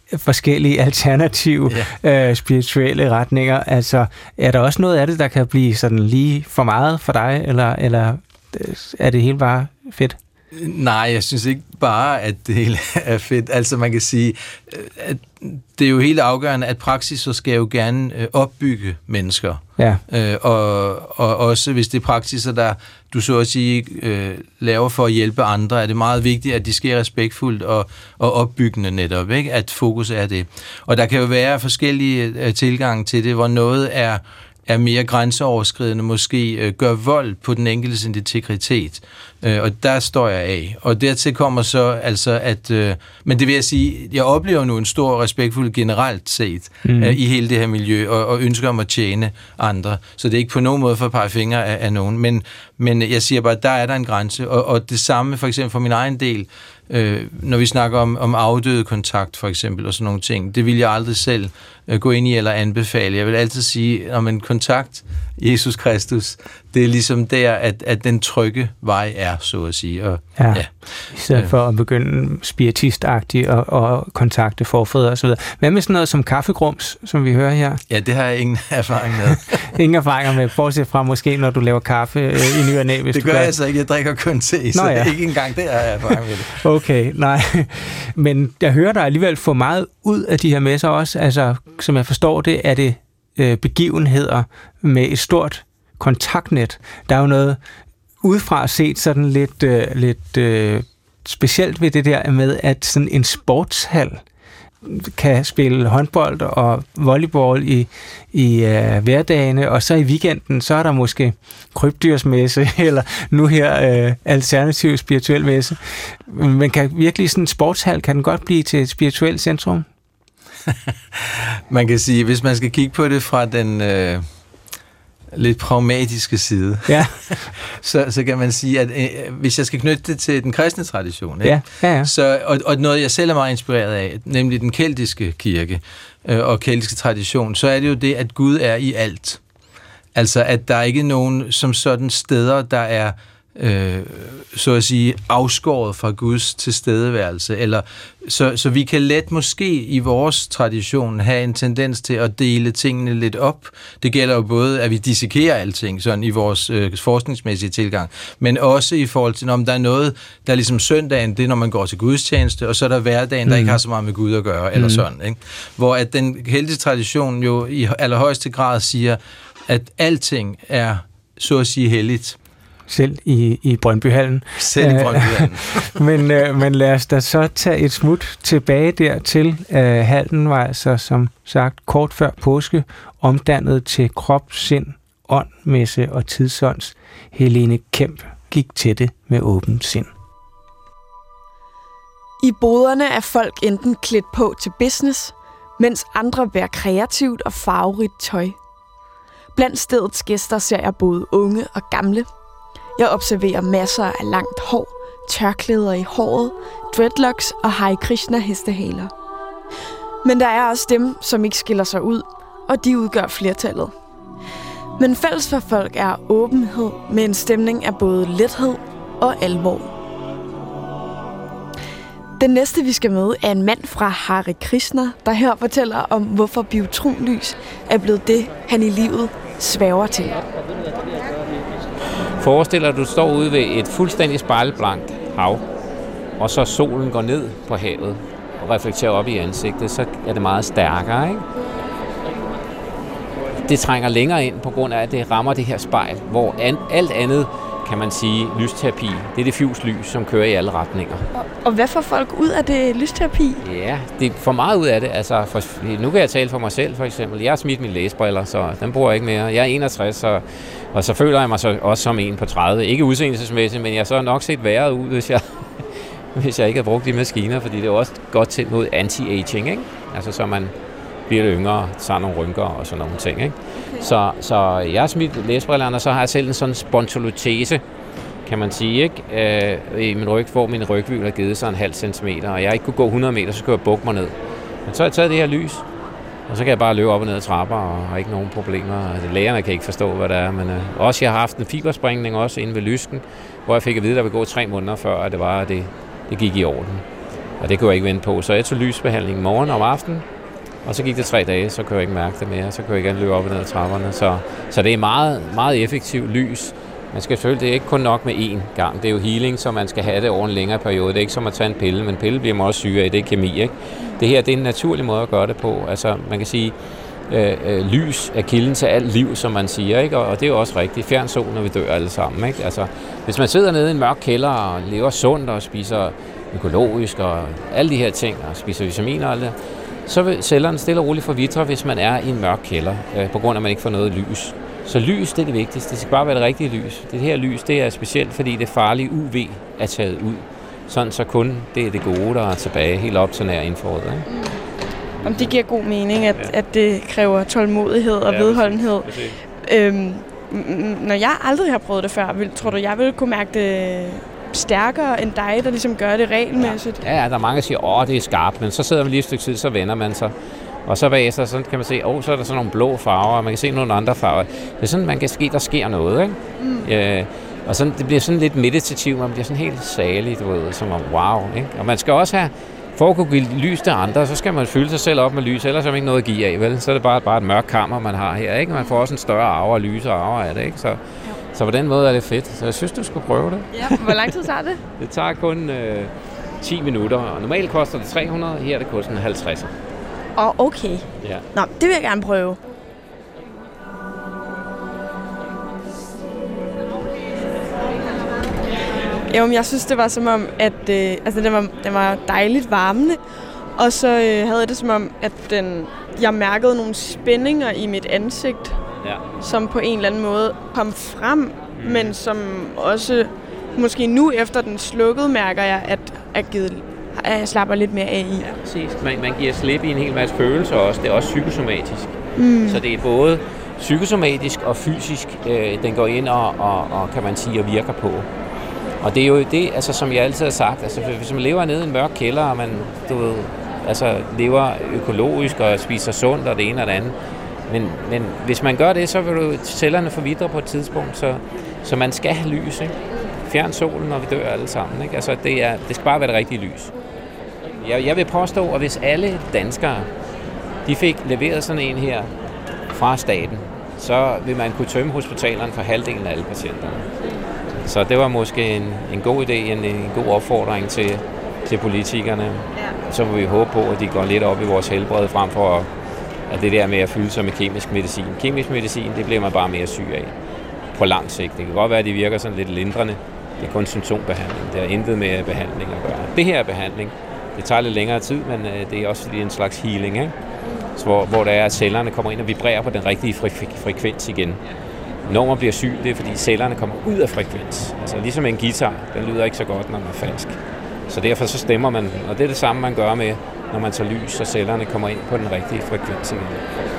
forskellige alternative ja. øh, spirituelle retninger. Altså, er der også noget af det, der kan blive sådan lige for meget for dig, eller, eller er det helt bare fedt? Nej, jeg synes ikke bare, at det hele er fedt. Altså man kan sige, at det er jo helt afgørende, at praksis så skal jo gerne opbygge mennesker. Ja. Øh, og, og også hvis det er praksiser, der du så at sige øh, laver for at hjælpe andre, er det meget vigtigt, at de sker respektfuldt og, og opbyggende netop, ikke? At fokus er det. Og der kan jo være forskellige øh, tilgange til det, hvor noget er er mere grænseoverskridende, måske øh, gør vold på den enkeltes integritet. Øh, og der står jeg af. Og dertil kommer så altså, at... Øh, men det vil jeg sige, jeg oplever nu en stor respektfuld generelt set mm. øh, i hele det her miljø, og, og ønsker om at tjene andre. Så det er ikke på nogen måde for at pege fingre af, af nogen. Men, men jeg siger bare, at der er der en grænse. Og, og det samme for eksempel for min egen del, øh, når vi snakker om, om afdøde kontakt for eksempel, og sådan nogle ting, det vil jeg aldrig selv øh, gå ind i eller anbefale. Jeg vil altid sige, om en kontakt, Jesus Kristus, det er ligesom der, at, at den trygge vej er, så at sige. Og, ja. Ja. I stedet for at begynde spiritistagtigt og, og kontakte forfædre og så videre. Hvad med sådan noget som kaffegrums, som vi hører her? Ja, det har jeg ingen erfaring med. Ingen erfaringer med, bortset fra måske, når du laver kaffe øh, i ny og næ, hvis det du gør gør... jeg altså ikke. Jeg drikker kun te, så ja. Ikke engang det har jeg erfaring med det. Okay, nej. Men jeg hører dig alligevel få meget ud af de her messer også. Altså, som jeg forstår det, er det øh, begivenheder med et stort kontaktnet. Der er jo noget udefra set sådan lidt, øh, lidt øh, specielt ved det der med, at sådan en sportshal kan spille håndbold og volleyball i, i øh, hverdagene, og så i weekenden, så er der måske krybdyrsmesse, eller nu her øh, alternativ spirituel messe. Men kan virkelig sådan en sportshal, kan den godt blive til et spirituelt centrum? Man kan sige, hvis man skal kigge på det fra den... Øh lidt pragmatiske side, ja. så, så kan man sige, at øh, hvis jeg skal knytte det til den kristne tradition, ikke? Ja. Ja, ja. Så, og, og noget, jeg selv er meget inspireret af, nemlig den keltiske kirke øh, og keltiske tradition, så er det jo det, at Gud er i alt. Altså, at der er ikke nogen som sådan steder, der er øh, så at sige, afskåret fra Guds tilstedeværelse, eller så, så vi kan let måske i vores tradition have en tendens til at dele tingene lidt op. Det gælder jo både, at vi dissekerer alting sådan i vores øh, forskningsmæssige tilgang, men også i forhold til, om der er noget, der er ligesom søndagen, det er, når man går til gudstjeneste, og så er der hverdagen, der mm. ikke har så meget med Gud at gøre, eller mm. sådan, ikke? Hvor at den keltiske tradition jo i allerhøjeste grad siger, at alting er, så at sige, helligt. Selv i, i Brøndbyhallen. Selv i Brøndbyhallen. men, øh, men lad os da så tage et smut tilbage dertil. Øh, hallen var altså, som sagt, kort før påske, omdannet til krop, sind, ånd, messe og tidsånds. Helene Kemp gik til det med åbent sind. I boderne er folk enten klædt på til business, mens andre bærer kreativt og farverigt tøj. Blandt stedets gæster ser jeg både unge og gamle. Jeg observerer masser af langt hår, tørklæder i håret, dreadlocks og Hare Krishna hestehaler. Men der er også dem, som ikke skiller sig ud, og de udgør flertallet. Men fælles for folk er åbenhed med en stemning af både lethed og alvor. Den næste, vi skal møde, er en mand fra Hare Krishna, der her fortæller om, hvorfor biotronlys er blevet det, han i livet sværger til. Forestil dig, at du står ude ved et fuldstændig spejlblankt hav, og så solen går ned på havet og reflekterer op i ansigtet, så er det meget stærkere, ikke? Det trænger længere ind på grund af, at det rammer det her spejl, hvor an, alt andet, kan man sige, lysterapi, det er diffus lys, som kører i alle retninger. Og, og hvad får folk ud af det lysterapi? Ja, det får meget ud af det. Altså, for, nu kan jeg tale for mig selv, for eksempel. Jeg har smidt mine læsebriller, så den bruger jeg ikke mere. Jeg er enogtres, så, og så føler jeg mig så også som en på tredive. Ikke udseendelsesmæssigt, men jeg har så nok set værre ud, hvis jeg, hvis jeg ikke havde brugt de maskiner, fordi det er også godt til mod anti-aging, ikke? Altså, så man bliver det yngre, tager nogle rynker og sådan nogle ting, ikke? Okay. Så, så jeg har smidt læsebrillerne, og så har jeg selv en sådan spondylolyse, kan man sige, ikke? Øh, i min ryg, hvor min rygvivl har givet sig en halv centimeter, og jeg ikke kunne gå hundrede meter, så skulle jeg bukke mig ned. Men så har jeg taget det her lys, og så kan jeg bare løbe op og ned ad trapper, og har ikke nogen problemer. Lægerne kan ikke forstå, hvad det er, men øh, også jeg har haft en fibersprængning også inde ved lysken, hvor jeg fik at vide, at der ville gå tre måneder før, at det var, at det, det gik i orden. Og det kunne jeg ikke vente på. Så jeg tog lysbehandling morgen og om aftenen, og så gik det tre dage, så kunne jeg ikke mærke det mere. Så kunne jeg ikke løbe op og ned ad trapperne. Så, så det er meget, meget effektivt lys. Man skal selvfølgelig, det er ikke kun nok med én gang. Det er jo healing, så man skal have det over en længere periode. Det er ikke som at tage en pille, men pille bliver man også syge af. Det er kemi, ikke? Det her, det er en naturlig måde at gøre det på. Altså, man kan sige, øh, øh, lys er kilden til alt liv, som man siger, ikke? Og, og det er jo også rigtigt. Fjern solen, når vi dør alle sammen, ikke? Altså, hvis man sidder nede i en mørk kælder og lever sundt og spiser økologisk og alle de her ting, og spiser vitaminer og alt det, så vil cellerne stille og roligt forvitre, hvis man er i en mørk kælder, øh, på grund af, at man ikke får noget lys. Så lys, det er det vigtigste. Det skal bare være det rigtige lys. Det her lys, det er specielt, fordi det farlige U V er taget ud. Sådan så kun det er det gode, der er tilbage, helt op til nær indforret. Om det giver god mening, at, ja. at det kræver tålmodighed og ja, vedholdenhed. Præcis. Øhm, når jeg aldrig har prøvet det før, vil, tror du, jeg ville kunne mærke det stærkere end dig, der ligesom gør det regelmæssigt? Ja, ja, der er mange, der siger, åh, det er skarpt, men så sidder man lige et stykke tid, så vender man sig. Og så bagefter, så kan man se, åh, så er der sådan nogle blå farver, og man kan se nogle andre farver. Det er sådan, man kan ske, der sker noget, ikke? Mm. Ja, og sådan, det bliver sådan lidt meditativt, man bliver sådan helt salig, du ved, som om, wow, ikke? Og man skal også have, for at kunne give lys til andre, så skal man fylde sig selv op med lys, ellers er man ikke noget at give af, vel? Så er det bare, bare et mørkt kammer, man har her, ikke? Man får også en større arve og lys og arve af det, ikke? Så, så på den måde er det fedt. Så jeg synes, du skulle prøve det. Ja, hvor lang tid tager det? Det tager kun øh, ti minutter, og normalt koster det tre hundrede, her er det kun halvtreds. Åh, oh, okay. Ja. Nå, det vil jeg gerne prøve. Jo, men jeg synes, det var som om, at øh, altså, den, var, den var dejligt varmende. Og så øh, havde jeg det som om, at den, jeg mærkede nogle spændinger i mit ansigt, ja. Som på en eller anden måde kom frem, mm. men som også, måske nu efter den slukkede, mærker jeg, at er givet, jeg slapper lidt mere af i. Ja, præcis. Man, man giver slip i en hel masse følelser også. Det er også psykosomatisk. Mm. Så det er både psykosomatisk og fysisk, øh, den går ind og, og, og, kan man sige, og virker på. Og det er jo det, altså, som jeg altid har sagt, altså, hvis man lever nede i en mørk kælder, og man du ved, altså, lever økologisk og spiser sundt og det ene og det andet, men, men hvis man gør det, så vil du cellerne forvidre på et tidspunkt, så, så man skal have lys, ikke? Fjern solen, når vi dør alle sammen, ikke? Altså, det, er, det skal bare være det rigtige lys. Jeg, jeg vil påstå, at hvis alle danskere, de fik leveret sådan en her fra staten, så vil man kunne tømme hospitalerne for halvdelen af alle patienterne. Så det var måske en, en god idé, en, en god opfordring til, til politikerne. Ja. Så må vi håbe på, at de går lidt op i vores helbred, frem for at det der med at fylde sig med kemisk medicin. Kemisk medicin, det bliver man bare mere syg af på lang sigt. Det kan godt være, at de virker sådan lidt lindrende. Det er kun symptombehandling. Det har intet med behandling at gøre. Det her er behandling. Det tager lidt længere tid, men det er også en slags healing, ikke? Så hvor, hvor der er, at cellerne kommer ind og vibrerer på den rigtige fre- frekvens igen. Når man bliver syg, det er fordi cellerne kommer ud af frekvens. Altså ligesom en guitar, den lyder ikke så godt, når den er falsk. Så derfor så stemmer man, og det er det samme, man gør med, når man tager lys, så cellerne kommer ind på den rigtige frekvens igen.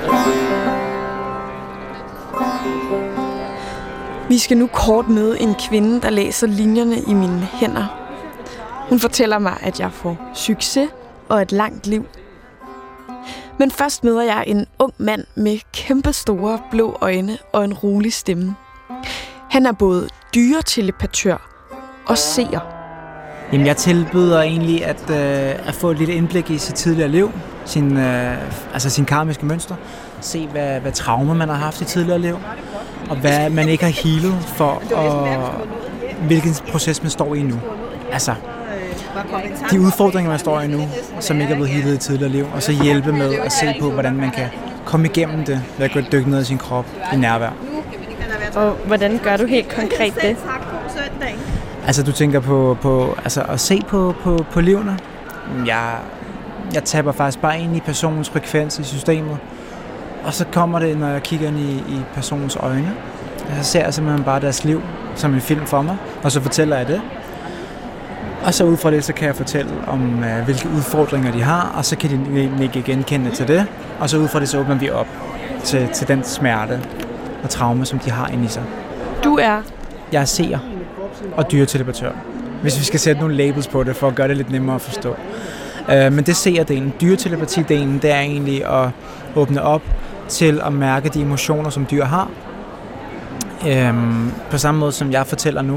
Vi skal nu kort møde en kvinde, der læser linjerne i mine hænder. Hun fortæller mig, at jeg får succes og et langt liv. Men først møder jeg en ung mand med kæmpe store blå øjne og en rolig stemme. Han er både dyretelepatør og seer. Jamen, jeg tilbyder egentlig at, øh, at få et lille indblik i sit tidligere liv, sin, øh, altså sin karmiske mønster, se hvad, hvad traumer man har haft i tidligere liv, og hvad man ikke har healet for, og hvilken proces man står i nu. Altså, de udfordringer, man står i nu, som ikke er blevet healet i tidligere liv, og så hjælpe med at se på, hvordan man kan komme igennem det, ved at dykke ned i sin krop i nærvær. Og hvordan gør du helt konkret det? Altså, du tænker på, på altså, at se på, på, på livene. Jeg, jeg tapper faktisk bare ind i personens frekvens i systemet, og så kommer det, når jeg kigger ind i, i personens øjne. Så ser jeg simpelthen bare deres liv som en film for mig, og så fortæller jeg det. Og så ud fra det, så kan jeg fortælle om, øh, hvilke udfordringer de har, og så kan de ikke genkende til det. Og så ud fra det, så åbner vi op til, til den smerte og traume, som de har inde i sig. Du er? Jeg er seer og dyretelepatør, hvis vi skal sætte nogle labels på det, for at gøre det lidt nemmere at forstå. Øh, men det seer-delen, dyretelepati-delen, det er egentlig at åbne op til at mærke de emotioner, som dyr har. Øhm, på samme måde som jeg fortæller nu,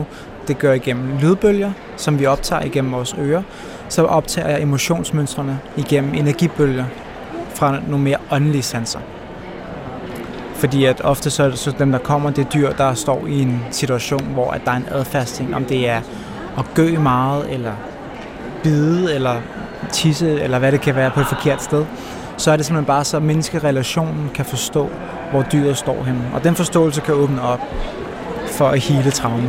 det gør igennem lydbølger, som vi optager igennem vores ører. Så optager jeg emotionsmønstrene igennem energibølger fra nogle mere åndelige sanser. Fordi at ofte så er det så dem, der kommer, det er dyr, der står i en situation, hvor at der er en adfærdsting, om det er at gø meget, eller bide, eller tisse, eller hvad det kan være på et forkert sted. Så er det simpelthen bare så, at menneskerelationen kan forstå, hvor dyret står henne. Og den forståelse kan åbne op for at hele traume.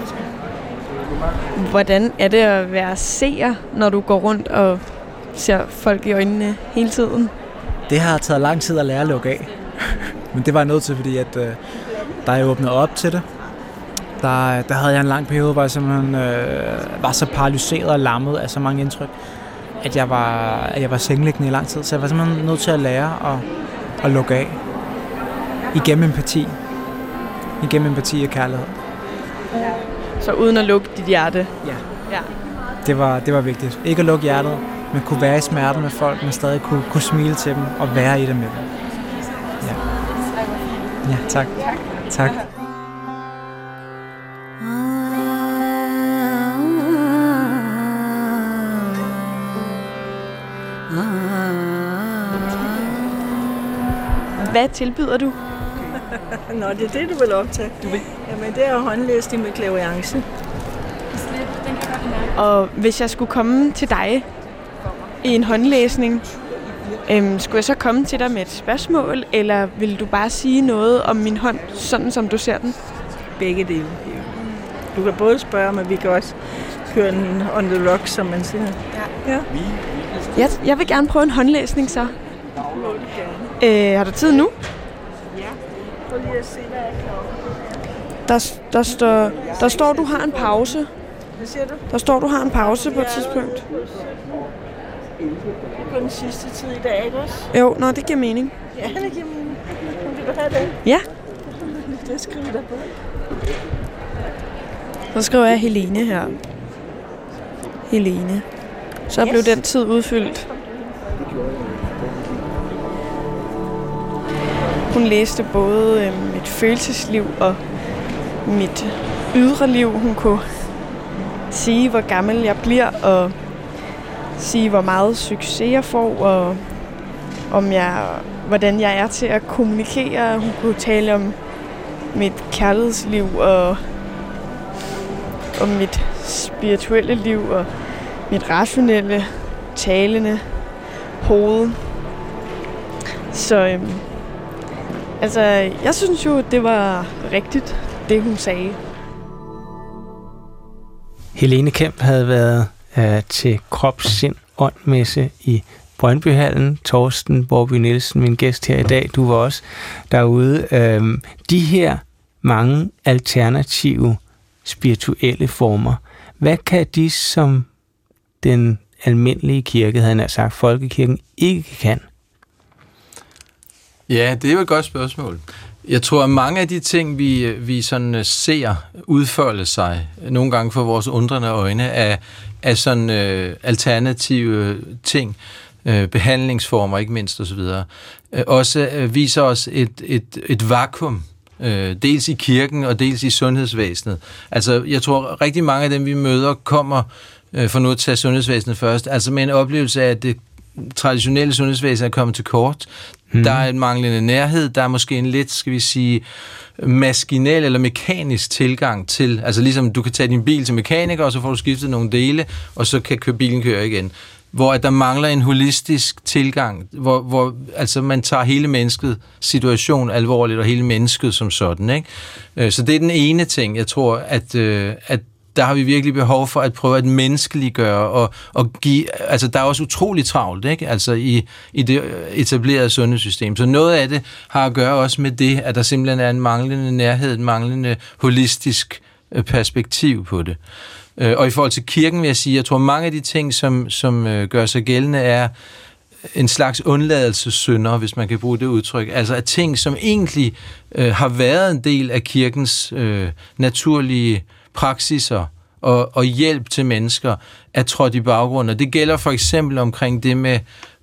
Hvordan er det at være seer, når du går rundt og ser folk i øjnene hele tiden? Det har taget lang tid at lære at lukke af. Men det var jeg nødt til, fordi at, øh, der er åbnet op til det. Der, der havde jeg en lang periode, hvor jeg simpelthen øh, var så paralyseret og lammet af så mange indtryk, at jeg var, at jeg var sengeliggende i lang tid. Så jeg var simpelthen nødt til at lære at, at lukke af. Igennem empati. Igennem empati og kærlighed. Så uden at lukke dit hjerte? Ja. Ja. Det var, det var vigtigt. Ikke at lukke hjertet, men kunne være i smerten med folk, men stadig kunne, kunne smile til dem og være i det med dem. Ja. Ja, tak. Tak. Hvad tilbyder du? Nå, det er det, du vil optage. Du vil? Jamen, det er håndlæsning med clairvoyance. Og hvis jeg skulle komme til dig i en håndlæsning, øhm, skulle jeg så komme til dig med et spørgsmål, eller vil du bare sige noget om min hånd, sådan som du ser den? Begge dele. Du kan både spørge, men vi kan også køre den on the rocks, som man siger. Ja. Ja. Jeg, jeg vil gerne prøve en håndlæsning så. Øh, har du tid nu? Ja. Prøv lige at se, hvad er klokken. Der, der, står, der står, du har en pause. Hvad siger du? Der står, du har en pause på et tidspunkt. Det er på den sidste tid i dag, ikke også? Jo, nå, det giver mening. Ja, det giver mening. Vil du have det? Ja. Det skriver der på. Så skriver jeg Helene her. Helene. Så yes. Blev den tid udfyldt. Hun læste både øh, mit følelsesliv og mit ydre liv. Hun kunne sige, hvor gammel jeg bliver, og sige, hvor meget succes jeg får, og om jeg, hvordan jeg er til at kommunikere. Hun kunne tale om mit kærlighedsliv og om mit spirituelle liv og mit rationelle, talende hoved. Så øhm, altså, jeg synes jo, det var rigtigt, det hun sagde. Helene Kemp havde været øh, til Krop, Sind, Ånd-messe i Brøndbyhallen. Torsten Borby Nielsen, min gæst her i dag, du var også derude. Øh, de her mange alternative spirituelle former, hvad kan de, som den almindelige kirke, havde jeg sagt, folkekirken, ikke kan? Ja, det er jo et godt spørgsmål. Jeg tror, at mange af de ting, vi, vi sådan ser udfolde sig, nogle gange for vores undrende øjne, er, er sådan øh, alternative ting, øh, behandlingsformer ikke mindst osv., øh, også øh, viser os et, et, et vakuum, øh, dels i kirken og dels i sundhedsvæsenet. Altså, jeg tror, rigtig mange af dem, vi møder, kommer, øh, for nu at tage sundhedsvæsenet først, altså med en oplevelse af, at det traditionelle sundhedsvæsen er kommet til kort. Hmm. Der er en manglende nærhed, der er måske en lidt, skal vi sige, maskinel eller mekanisk tilgang til, altså ligesom du kan tage din bil til mekaniker, og så får du skiftet nogle dele, og så kan køre, bilen køre igen. Hvor at der mangler en holistisk tilgang, hvor, hvor altså man tager hele menneskets situation alvorligt, og hele mennesket som sådan, ikke? Så det er den ene ting, jeg tror, at, at der har vi virkelig behov for at prøve at menneskeliggøre og, og give, altså der er også utroligt travlt, ikke? Altså i, i det etablerede sundhedssystem. Så noget af det har at gøre også med det, at der simpelthen er en manglende nærhed, en manglende holistisk perspektiv på det. Og i forhold til kirken vil jeg sige, jeg tror mange af de ting, som, som gør sig gældende, er en slags undladelsessynder, hvis man kan bruge det udtryk. Altså at ting, som egentlig øh, har været en del af kirkens øh, naturlige praksiser og, og hjælp til mennesker, er trådt i baggrunden. Og det gælder for eksempel omkring det med,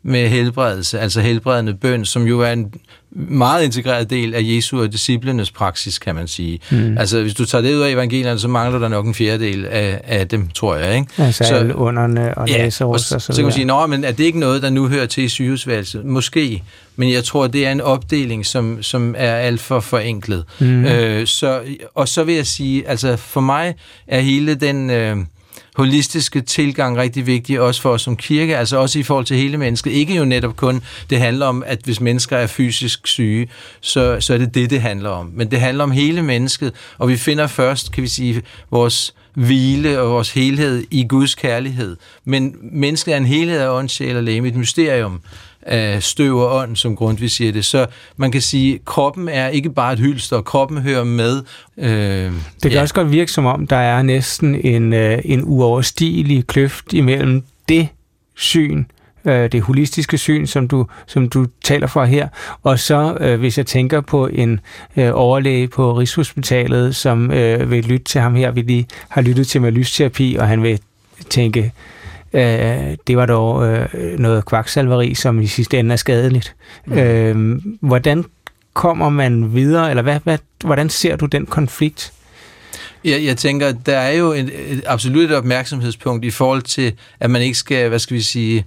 med helbredelse, altså helbredende bøn, som jo er en meget integreret del af Jesu og disciplenes praksis, kan man sige. Mm. Altså, hvis du tager det ud af evangelierne, så mangler der nok en fjerdedel af, af dem, tror jeg, ikke? Altså så, alle underne og ja, Lazarus og, og så, så kan man sige, nå, men er det ikke noget, der nu hører til i sygehusværelset? Måske, men jeg tror, det er en opdeling, som, som er alt for forenklet. Mm. Øh, så, og så vil jeg sige, altså for mig er hele den øh, holistiske tilgang rigtig vigtig, også for os som kirke, altså også i forhold til hele mennesket. Ikke jo netop kun, det handler om, at hvis mennesker er fysisk syge, så, så er det det, det handler om. Men det handler om hele mennesket, og vi finder først, kan vi sige, vores hvile og vores helhed i Guds kærlighed. Men mennesket er en helhed af ånd, sjæl og legeme, et mysterium af støv og ånd, som Grundtvig siger det. Så man kan sige, at kroppen er ikke bare et hylster, kroppen hører med. Øh, det kan ja. også godt virke som om, der er næsten en, en uoverstigelig kløft imellem det syn, det holistiske syn, som du, som du taler for her, og så, øh, hvis jeg tænker på en øh, overlæge på Rigshospitalet, som øh, vil lytte til ham her, vi lige har lyttet til med lysterapi, og han vil tænke, øh, det var dog øh, noget kvaksalveri, som i sidste ende er skadeligt. Mm. Øh, hvordan kommer man videre, eller hvad, hvad, hvordan ser du den konflikt? Jeg, jeg tænker, der er jo et, et absolut opmærksomhedspunkt i forhold til, at man ikke skal, hvad skal vi sige,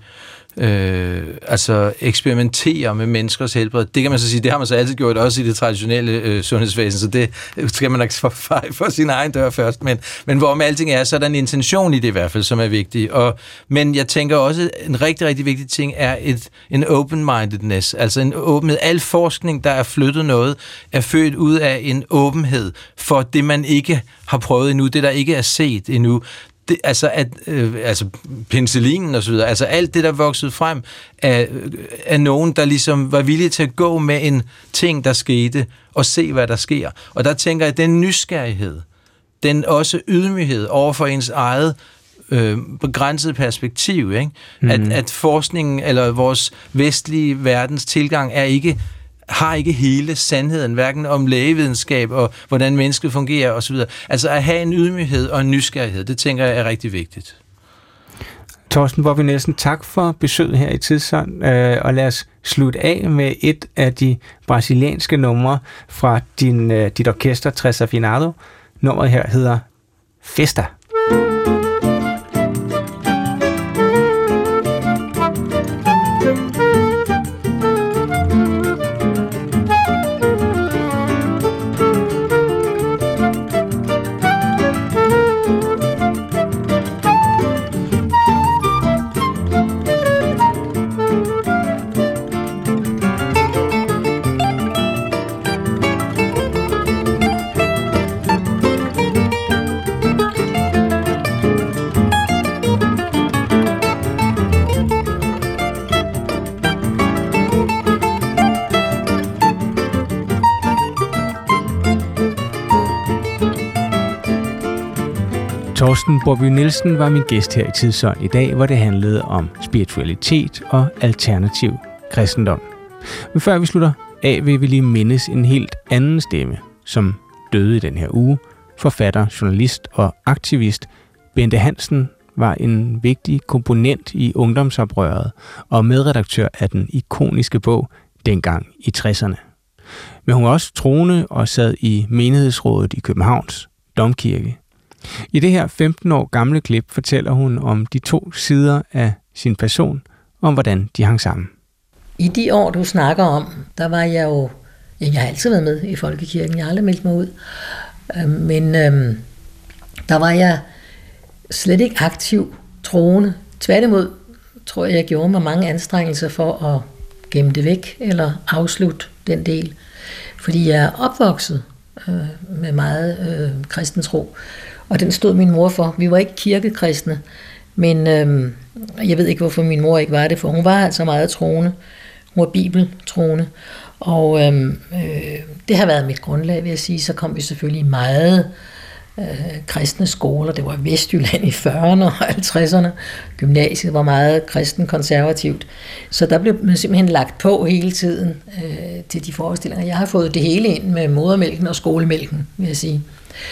øh, altså eksperimentere med menneskers helbred. Det kan man så sige, det har man så altid gjort, også i det traditionelle øh, sundhedsvæsen, så det skal man nok forfejle for sin egen dør først. Men, men hvorom alting er, så er der en intention i det i hvert fald, som er vigtig. Og, men jeg tænker også, en rigtig, rigtig vigtig ting er et, en open-mindedness, altså en åbenhed. Al forskning, der er flyttet noget, er født ud af en åbenhed for det, man ikke har prøvet endnu, det, der ikke er set endnu. Det, altså, at, øh, altså penicillinen og så videre, altså alt det, der voksede frem af, af nogen, der ligesom var villige til at gå med en ting, der skete, og se, hvad der sker. Og der tænker jeg, at den nysgerrighed, den også ydmyghed over for ens eget øh, begrænsede perspektiv, ikke? Mm. At, at forskningen, eller vores vestlige verdens tilgang, er ikke har ikke hele sandheden, hverken om lægevidenskab og hvordan mennesket fungerer osv. Altså at have en ydmyghed og en nysgerrighed, det tænker jeg er rigtig vigtigt. Torsten Bobby Nielsen, tak for besøget her i Tidsånd, og lad os slutte af med et af de brasilianske numre fra din, dit orkester Tres Afinado. Nummeret her hedder Festa. Torsten Bobby Nielsen var min gæst her i Tidsånd i dag, hvor det handlede om spiritualitet og alternativ kristendom. Men før vi slutter af, vil vi lige mindes en helt anden stemme, som døde i den her uge. Forfatter, journalist og aktivist Bente Hansen var en vigtig komponent i ungdomsoprøret og medredaktør af den ikoniske bog Dengang i tresserne. Men hun var også troende og sad i menighedsrådet i Københavns Domkirke. I det her femten år gamle klip fortæller hun om de to sider af sin person, og om hvordan de hang sammen. I de år, du snakker om, der var jeg jo, jeg har altid været med i Folkekirken, jeg har aldrig meldt mig ud, men øhm, der var jeg slet ikke aktiv troende. Tværtimod tror jeg, jeg gjorde mig mange anstrengelser for at gemme det væk, eller afslutte den del, fordi jeg er opvokset øh, med meget øh, kristen tro. Og den stod min mor for. Vi var ikke kirkekristne, men øhm, jeg ved ikke, hvorfor min mor ikke var det, for hun var altså meget troende. Hun var bibeltroende, og øhm, øh, det har været mit grundlag, vil jeg sige. Så kom vi selvfølgelig i meget øh, kristne skoler. Det var Vestjylland i fyrrerne og halvtredserne. Gymnasiet var meget kristen konservativt. Så der blev man simpelthen lagt på hele tiden øh, til de forestillinger. Jeg har fået det hele ind med modermælken og skolemælken, vil jeg sige.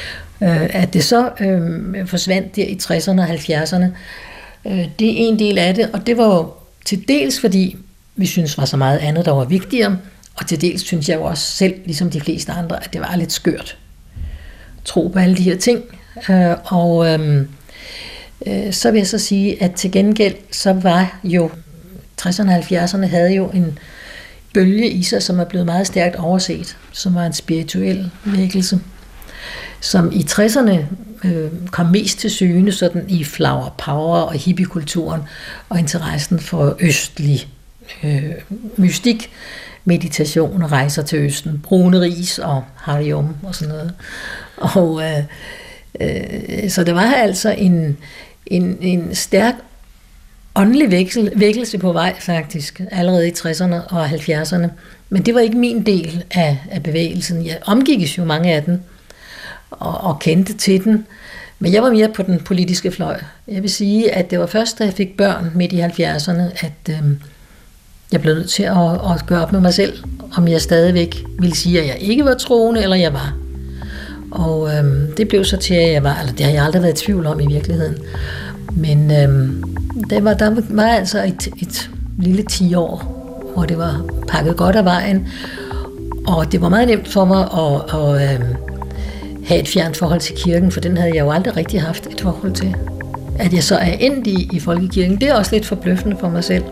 At det så øh, forsvandt der i tresserne og halvfjerdserne, øh, det er en del af det, og det var jo Til dels fordi vi synes var så meget andet, der var vigtigere, og til dels synes jeg jo også selv, ligesom de fleste andre, at det var lidt skørt. Tro på alle de her ting. Øh, og øh, øh, så vil jeg så sige, at til gengæld, så var jo tresserne og halvfjerdserne havde jo en bølge i sig, som er blevet meget stærkt overset, som var en spirituel vækkelse, som i tresserne øh, kom mest til syne sådan i flower power og hippiekulturen og interessen for østlig øh, mystik, meditation og rejser til Østen, brune ris og harium og sådan noget. Og øh, øh, så der var altså en, en, en stærk åndelig væksel, vækkelse på vej faktisk, allerede i tresserne og halvfjerdserne. Men det var ikke min del af, af bevægelsen. Jeg omgikkes jo mange af den og, og kendte til den. Men jeg var mere på den politiske fløj. Jeg vil sige, at det var først, da jeg fik børn midt i halvfjerdserne, at øh, jeg blev nødt til at, at gøre op med mig selv, om jeg stadigvæk ville sige, at jeg ikke var troende, eller jeg var. Og øh, det blev så til, at jeg var, eller det har jeg aldrig været i tvivl om i virkeligheden. Men øh, det var, der var altså et, et lille ti år, hvor det var pakket godt af vejen. Og det var meget nemt for mig at, at øh, have et fjernt forhold til kirken, for den havde jeg jo aldrig rigtig haft et forhold til. At jeg så er endt i, i folkekirken, det er også lidt forbløffende for mig selv.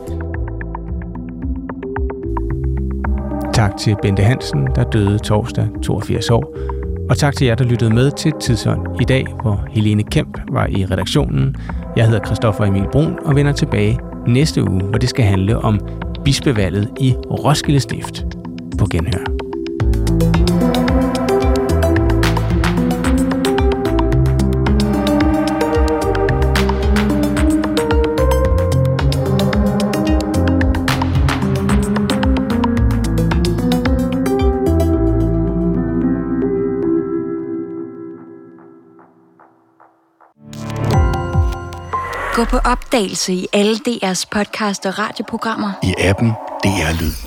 Tak til Bente Hansen, der døde torsdag toogfirs år. Og tak til jer, der lyttede med til Tidsånd i dag, hvor Helene Kemp var i redaktionen. Jeg hedder Christoffer Emil Brun og vender tilbage næste uge, hvor det skal handle om bispevalget i Roskilde Stift. På genhør. Gå på opdagelse i alle D R's podcast og radioprogrammer. I appen D R Lyd.